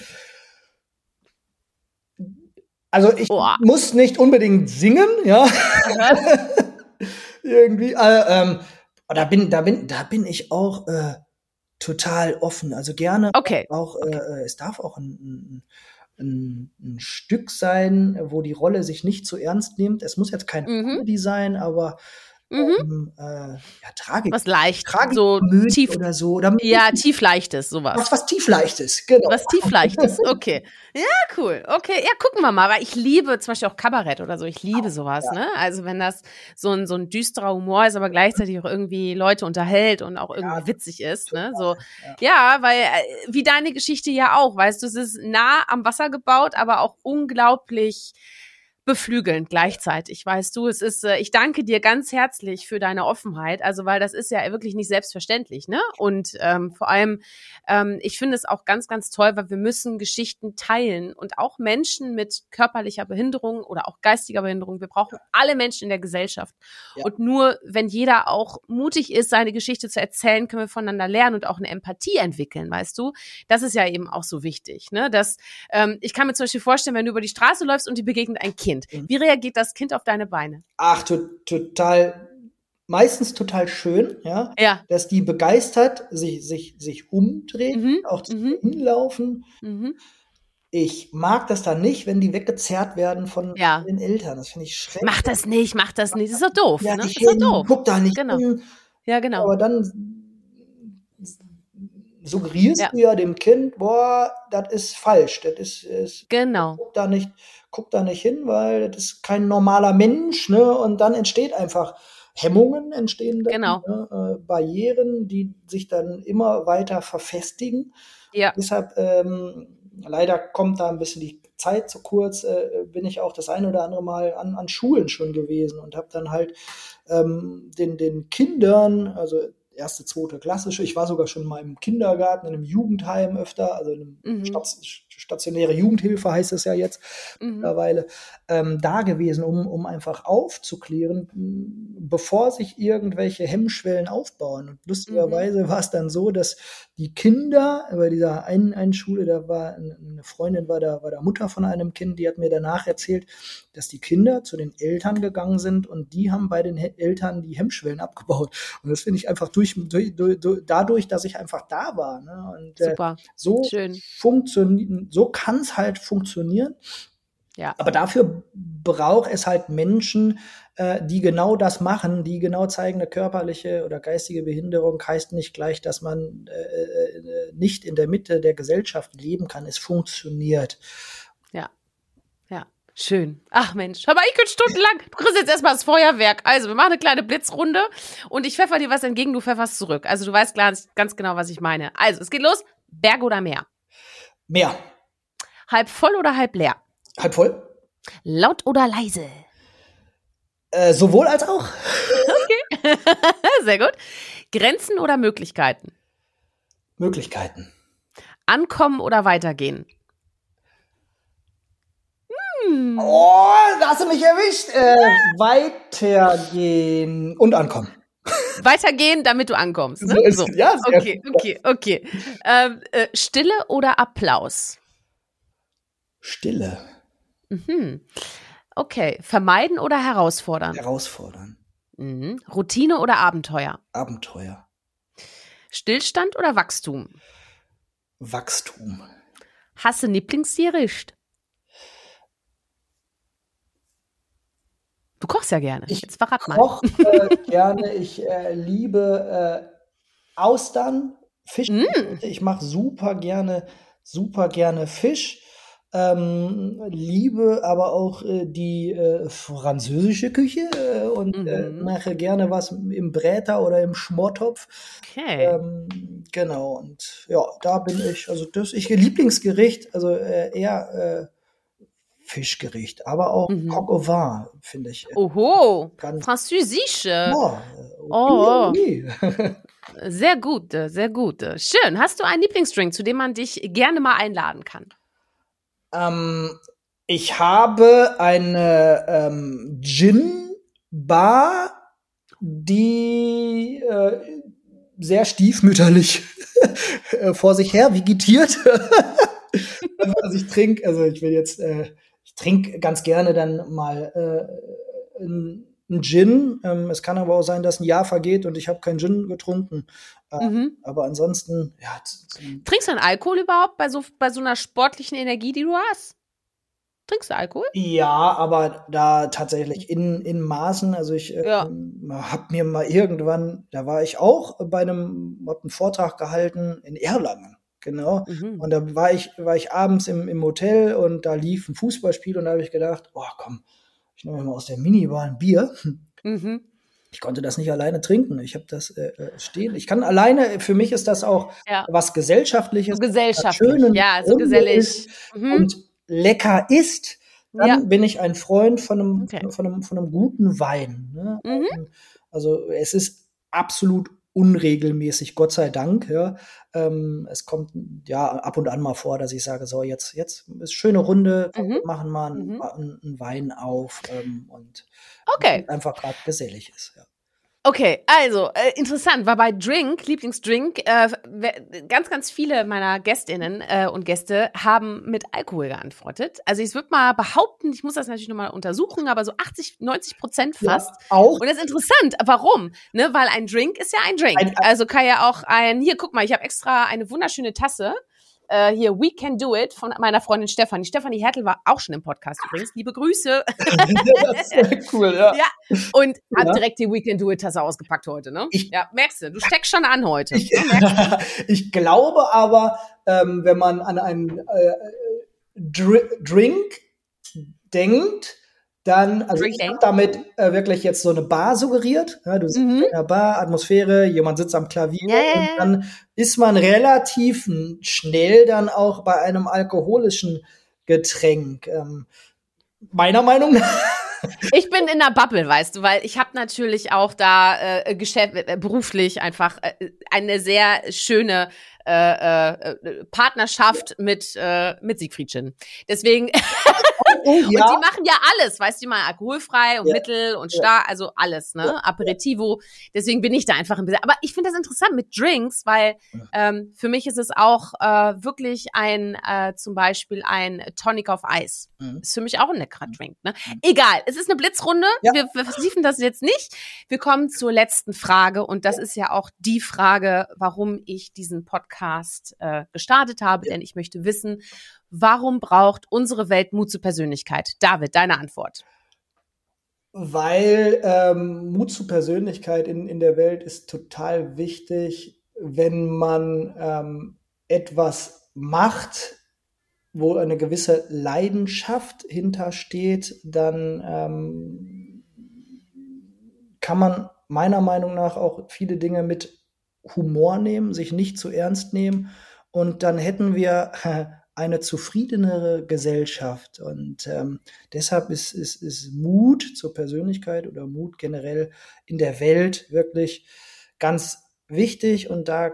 Also ich muss nicht unbedingt singen, ja. Irgendwie, da bin ich auch total offen. Also gerne auch, es darf auch ein Stück sein, wo die Rolle sich nicht zu ernst nimmt. Es muss jetzt kein Comedy sein, aber Tragik. Was leicht, Tragik, so tief oder so. Oder tiefleichtes, sowas. Was tiefleichtes, genau. Was tiefleichtes, okay. Ja, cool. Okay, ja, gucken wir mal. Weil ich liebe zum Beispiel auch Kabarett oder so. Ich liebe sowas, ne? Also wenn das so ein düsterer Humor ist, aber gleichzeitig auch irgendwie Leute unterhält und auch irgendwie witzig ist, ne? So, weil wie deine Geschichte ja auch, weißt du, es ist nah am Wasser gebaut, aber auch unglaublich beflügelnd gleichzeitig, weißt du, ich danke dir ganz herzlich für deine Offenheit, also weil das ist ja wirklich nicht selbstverständlich, ne? Und vor allem, ich finde es auch ganz, ganz toll, weil wir müssen Geschichten teilen und auch Menschen mit körperlicher Behinderung oder auch geistiger Behinderung, wir brauchen alle Menschen in der Gesellschaft und nur wenn jeder auch mutig ist, seine Geschichte zu erzählen, können wir voneinander lernen und auch eine Empathie entwickeln, weißt du? Das ist ja eben auch so wichtig, ne? Dass ich kann mir zum Beispiel vorstellen, wenn du über die Straße läufst und dir begegnet ein Kind. Wie reagiert das Kind auf deine Beine? Ach, meistens total schön, ja. Dass die begeistert sich umdreht, auch hinlaufen. Ich mag das dann nicht, wenn die weggezerrt werden von den Eltern. Das finde ich schrecklich. Mach das nicht. Das ist doch doof. Ja, ne? Das ist doch doof. Guck da nicht hin. Ja, genau. Aber dann suggerierst du ja dem Kind, boah, das ist falsch. Das ist genau. Guck da nicht hin, weil das ist kein normaler Mensch, ne? Und dann entstehen einfach Hemmungen, ne? Barrieren, die sich dann immer weiter verfestigen. Ja. Deshalb leider kommt da ein bisschen die Zeit zu kurz, bin ich auch das eine oder andere Mal an Schulen schon gewesen und habe dann halt den Kindern, also 1., 2. Klasse, ich war sogar schon mal im Kindergarten, in einem Jugendheim öfter, also in einem stationäre Jugendhilfe heißt es ja jetzt mittlerweile, da gewesen, um einfach aufzuklären, bevor sich irgendwelche Hemmschwellen aufbauen. Und lustigerweise war es dann so, dass die Kinder, bei dieser einen Schule, da war eine Freundin, war da Mutter von einem Kind, die hat mir danach erzählt, dass die Kinder zu den Eltern gegangen sind und die haben bei den Eltern die Hemmschwellen abgebaut. Und das finde ich einfach dadurch, dass ich einfach da war. Ne? Und super. So kann es halt funktionieren. Ja. Aber dafür braucht es halt Menschen, die genau das machen, die genau zeigen, eine körperliche oder geistige Behinderung heißt nicht gleich, dass man nicht in der Mitte der Gesellschaft leben kann. Es funktioniert. Ja. Ja. Schön. Ach Mensch, aber ich könnte stundenlang. Du kriegst jetzt erstmal das Feuerwerk. Also, wir machen eine kleine Blitzrunde und ich pfeffer dir was entgegen, du pfefferst zurück. Also, du weißt ganz genau, was ich meine. Also, es geht los. Berg oder Meer? Meer. Halb voll oder halb leer? Halb voll. Laut oder leise? Sowohl als auch. Sehr gut. Grenzen oder Möglichkeiten? Möglichkeiten. Ankommen oder weitergehen? Oh, da hast du mich erwischt. Weitergehen und ankommen. Weitergehen, damit du ankommst. Ne? So ist es. Ja, sehr Okay. Stille oder Applaus? Stille. Okay. Vermeiden oder herausfordern? Herausfordern. Routine oder Abenteuer? Abenteuer. Stillstand oder Wachstum? Wachstum. Hast du Lieblingsgericht? Du kochst ja gerne. Jetzt verrat mal. Ich koche gerne. Ich liebe Austern, Fisch. Ich mache super gerne Fisch. Liebe aber auch die französische Küche und mache gerne was im Bräter oder im Schmortopf. Okay. Genau, und ja, da bin ich, also das ich Lieblingsgericht, also eher Fischgericht, aber auch Coq au vin, finde ich. Oho, Ganz- Französische. Oh, oui. Sehr gut, sehr gut. Schön. Hast du einen Lieblingsdrink, zu dem man dich gerne mal einladen kann? Ich habe eine Gin-Bar, die sehr stiefmütterlich vor sich her vegetiert. Also ich trinke ganz gerne dann mal einen Gin. Es kann aber auch sein, dass ein Jahr vergeht und ich habe keinen Gin getrunken. Aber ansonsten, ja. Trinkst du einen Alkohol überhaupt bei so einer sportlichen Energie, die du hast? Trinkst du Alkohol? Ja, aber da tatsächlich in Maßen. Also ich habe mir mal irgendwann, da war ich auch hab einen Vortrag gehalten in Erlangen. Genau. Und da war ich abends im Hotel und da lief ein Fußballspiel und da habe ich gedacht, oh komm, ich nehme mir mal aus der Minibar ein Bier. Ich konnte das nicht alleine trinken. Ich habe das stehen. Ich kann alleine, für mich ist das auch was Gesellschaftliches. So gesellschaftlich, so gesellig. Und lecker ist, dann bin ich ein Freund von einem guten Wein. Ne? Also es ist absolut unregelmäßig, Gott sei Dank. Ja. Es kommt ab und an mal vor, dass ich sage, so jetzt ist schöne Runde, wir machen mal einen Wein auf und einfach gerade gesellig ist. Ja. Okay, also interessant, weil bei Lieblingsdrink, ganz, ganz viele meiner Gästinnen und Gäste haben mit Alkohol geantwortet. Also ich würde mal behaupten, ich muss das natürlich nochmal untersuchen, aber so 80-90% fast. Ja, auch. Und das ist interessant. Warum? Ne, weil ein Drink ist ja ein Drink. Also kann ja auch hier, guck mal, ich habe extra eine wunderschöne Tasse. Hier, We Can Do It von meiner Freundin Stefanie. Stefanie Hertel war auch schon im Podcast übrigens. Liebe Grüße. Das ist sehr cool, ja. Und hat direkt die We Can Do It Tasse ausgepackt heute, ne? Merkst du steckst schon an heute. Ich glaube aber, wenn man an einen Drink denkt, dann, also ich habe damit wirklich jetzt so eine Bar suggeriert. Ja, du sitzt in einer Bar, Atmosphäre, jemand sitzt am Klavier und dann ist man relativ schnell dann auch bei einem alkoholischen Getränk. Meiner Meinung nach. Ich bin in der Bubble, weißt du, weil ich habe natürlich auch da beruflich einfach eine sehr schöne Partnerschaft mit Siegfriedchen. Deswegen und die machen ja alles, weißt du, die machen alkoholfrei und mittel und stark, also alles, ne? Aperitivo. Deswegen bin ich da einfach ein bisschen. Aber ich finde das interessant mit Drinks, weil für mich ist es auch wirklich zum Beispiel ein Tonic auf Eis. Ist für mich auch ein leckerer Drink, ne? Egal, es ist eine Blitzrunde. Ja. Wir vertiefen das jetzt nicht. Wir kommen zur letzten Frage und das ist ja auch die Frage, warum ich diesen Podcast gestartet habe, denn ich möchte wissen, warum braucht unsere Welt Mut zur Persönlichkeit? David, deine Antwort. Weil Mut zur Persönlichkeit in der Welt ist total wichtig, wenn man etwas macht, wo eine gewisse Leidenschaft hintersteht, dann kann man meiner Meinung nach auch viele Dinge mit Humor nehmen, sich nicht zu ernst nehmen, und dann hätten wir eine zufriedenere Gesellschaft. Und deshalb ist Mut zur Persönlichkeit oder Mut generell in der Welt wirklich ganz wichtig. Und da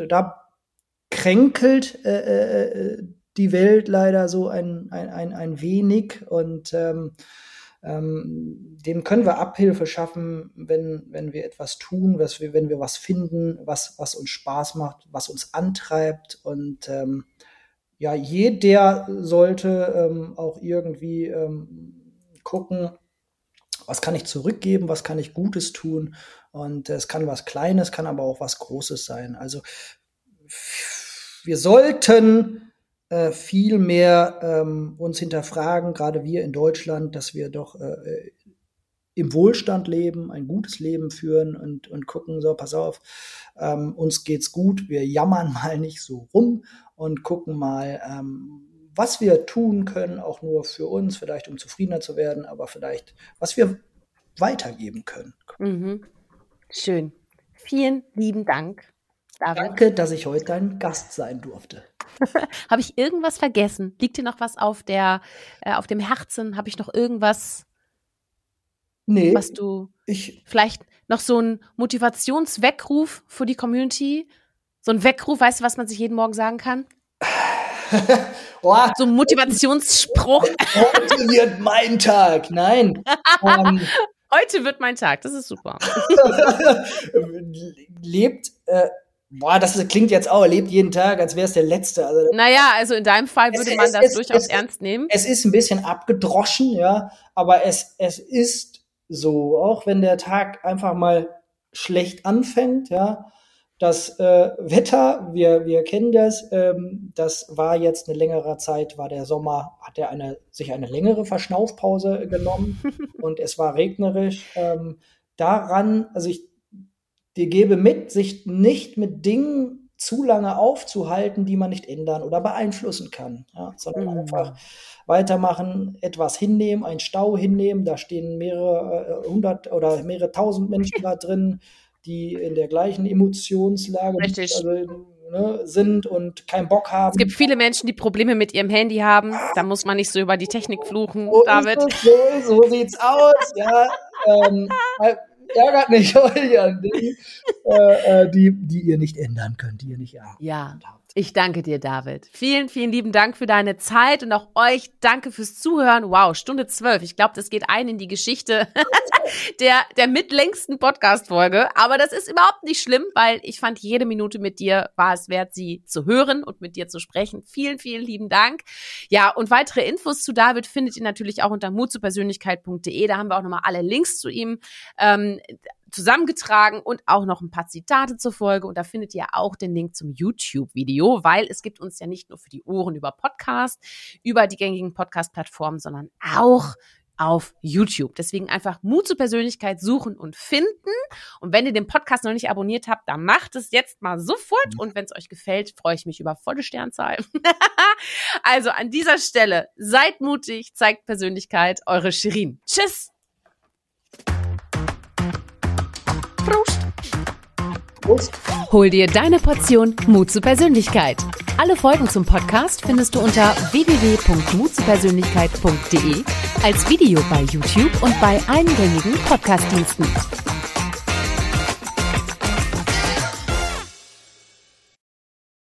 kränkelt die Welt leider so ein wenig. Und dem können wir Abhilfe schaffen, wenn wir etwas tun, wenn wir was finden, was uns Spaß macht, was uns antreibt. Und ja, jeder sollte auch irgendwie gucken, was kann ich zurückgeben, was kann ich Gutes tun. Und es kann was Kleines, kann aber auch was Großes sein. Also wir sollten viel mehr uns hinterfragen, gerade wir in Deutschland, dass wir doch im Wohlstand leben, ein gutes Leben führen und gucken, so, pass auf, uns geht's gut, wir jammern mal nicht so rum und gucken mal, was wir tun können, auch nur für uns, vielleicht um zufriedener zu werden, aber vielleicht, was wir weitergeben können. Mhm. Schön. Vielen lieben Dank, David. Danke, dass ich heute dein Gast sein durfte. Habe ich irgendwas vergessen? Liegt dir noch was auf dem Herzen? Habe ich noch irgendwas, was du vielleicht noch so ein Motivationsweckruf für die Community? So ein Weckruf, weißt du, was man sich jeden Morgen sagen kann? So ein Motivationsspruch. Heute wird mein Tag. Nein. Heute wird mein Tag. Das ist super. Das klingt jetzt auch, lebt jeden Tag, als wäre es der letzte. Also, naja, also in deinem Fall würde man das durchaus ernst nehmen. Es ist ein bisschen abgedroschen, ja, aber es ist so, auch wenn der Tag einfach mal schlecht anfängt, ja. Das Wetter, wir kennen das, das war jetzt eine längere Zeit, war der Sommer, hat er sich eine längere Verschnaufpause genommen und es war regnerisch. dir gebe mit, sich nicht mit Dingen zu lange aufzuhalten, die man nicht ändern oder beeinflussen kann, ja, sondern einfach weitermachen, etwas hinnehmen, einen Stau hinnehmen, da stehen mehrere hundert oder mehrere tausend Menschen da drin, die in der gleichen Emotionslage sind und keinen Bock haben. Es gibt viele Menschen, die Probleme mit ihrem Handy haben, da muss man nicht so über die Technik fluchen, David. So sieht's aus, ja. Ärgert nicht euch an Dingen, die ihr nicht ändern könnt, die ihr nicht habt. Ja, ich danke dir, David. Vielen, vielen lieben Dank für deine Zeit und auch euch danke fürs Zuhören. Wow, Stunde 12. Ich glaube, das geht ein in die Geschichte der mitlängsten Podcast-Folge. Aber das ist überhaupt nicht schlimm, weil ich fand, jede Minute mit dir war es wert, sie zu hören und mit dir zu sprechen. Vielen, vielen lieben Dank. Ja, und weitere Infos zu David findet ihr natürlich auch unter mutzupersönlichkeit.de. Da haben wir auch nochmal alle Links zu ihm zusammengetragen und auch noch ein paar Zitate zur Folge. Und da findet ihr auch den Link zum YouTube-Video, weil es gibt uns ja nicht nur für die Ohren über Podcast, über die gängigen Podcast-Plattformen, sondern auch auf YouTube. Deswegen einfach Mut zur Persönlichkeit suchen und finden. Und wenn ihr den Podcast noch nicht abonniert habt, dann macht es jetzt mal sofort. Und wenn es euch gefällt, freue ich mich über volle Sternzahl. Also an dieser Stelle, seid mutig, zeigt Persönlichkeit, eure Shirin. Tschüss! Prost. Hol dir deine Portion Mut zur Persönlichkeit. Alle Folgen zum Podcast findest du unter www.mutzupersönlichkeit.de, als Video bei YouTube und bei allen gängigen Podcast-Diensten.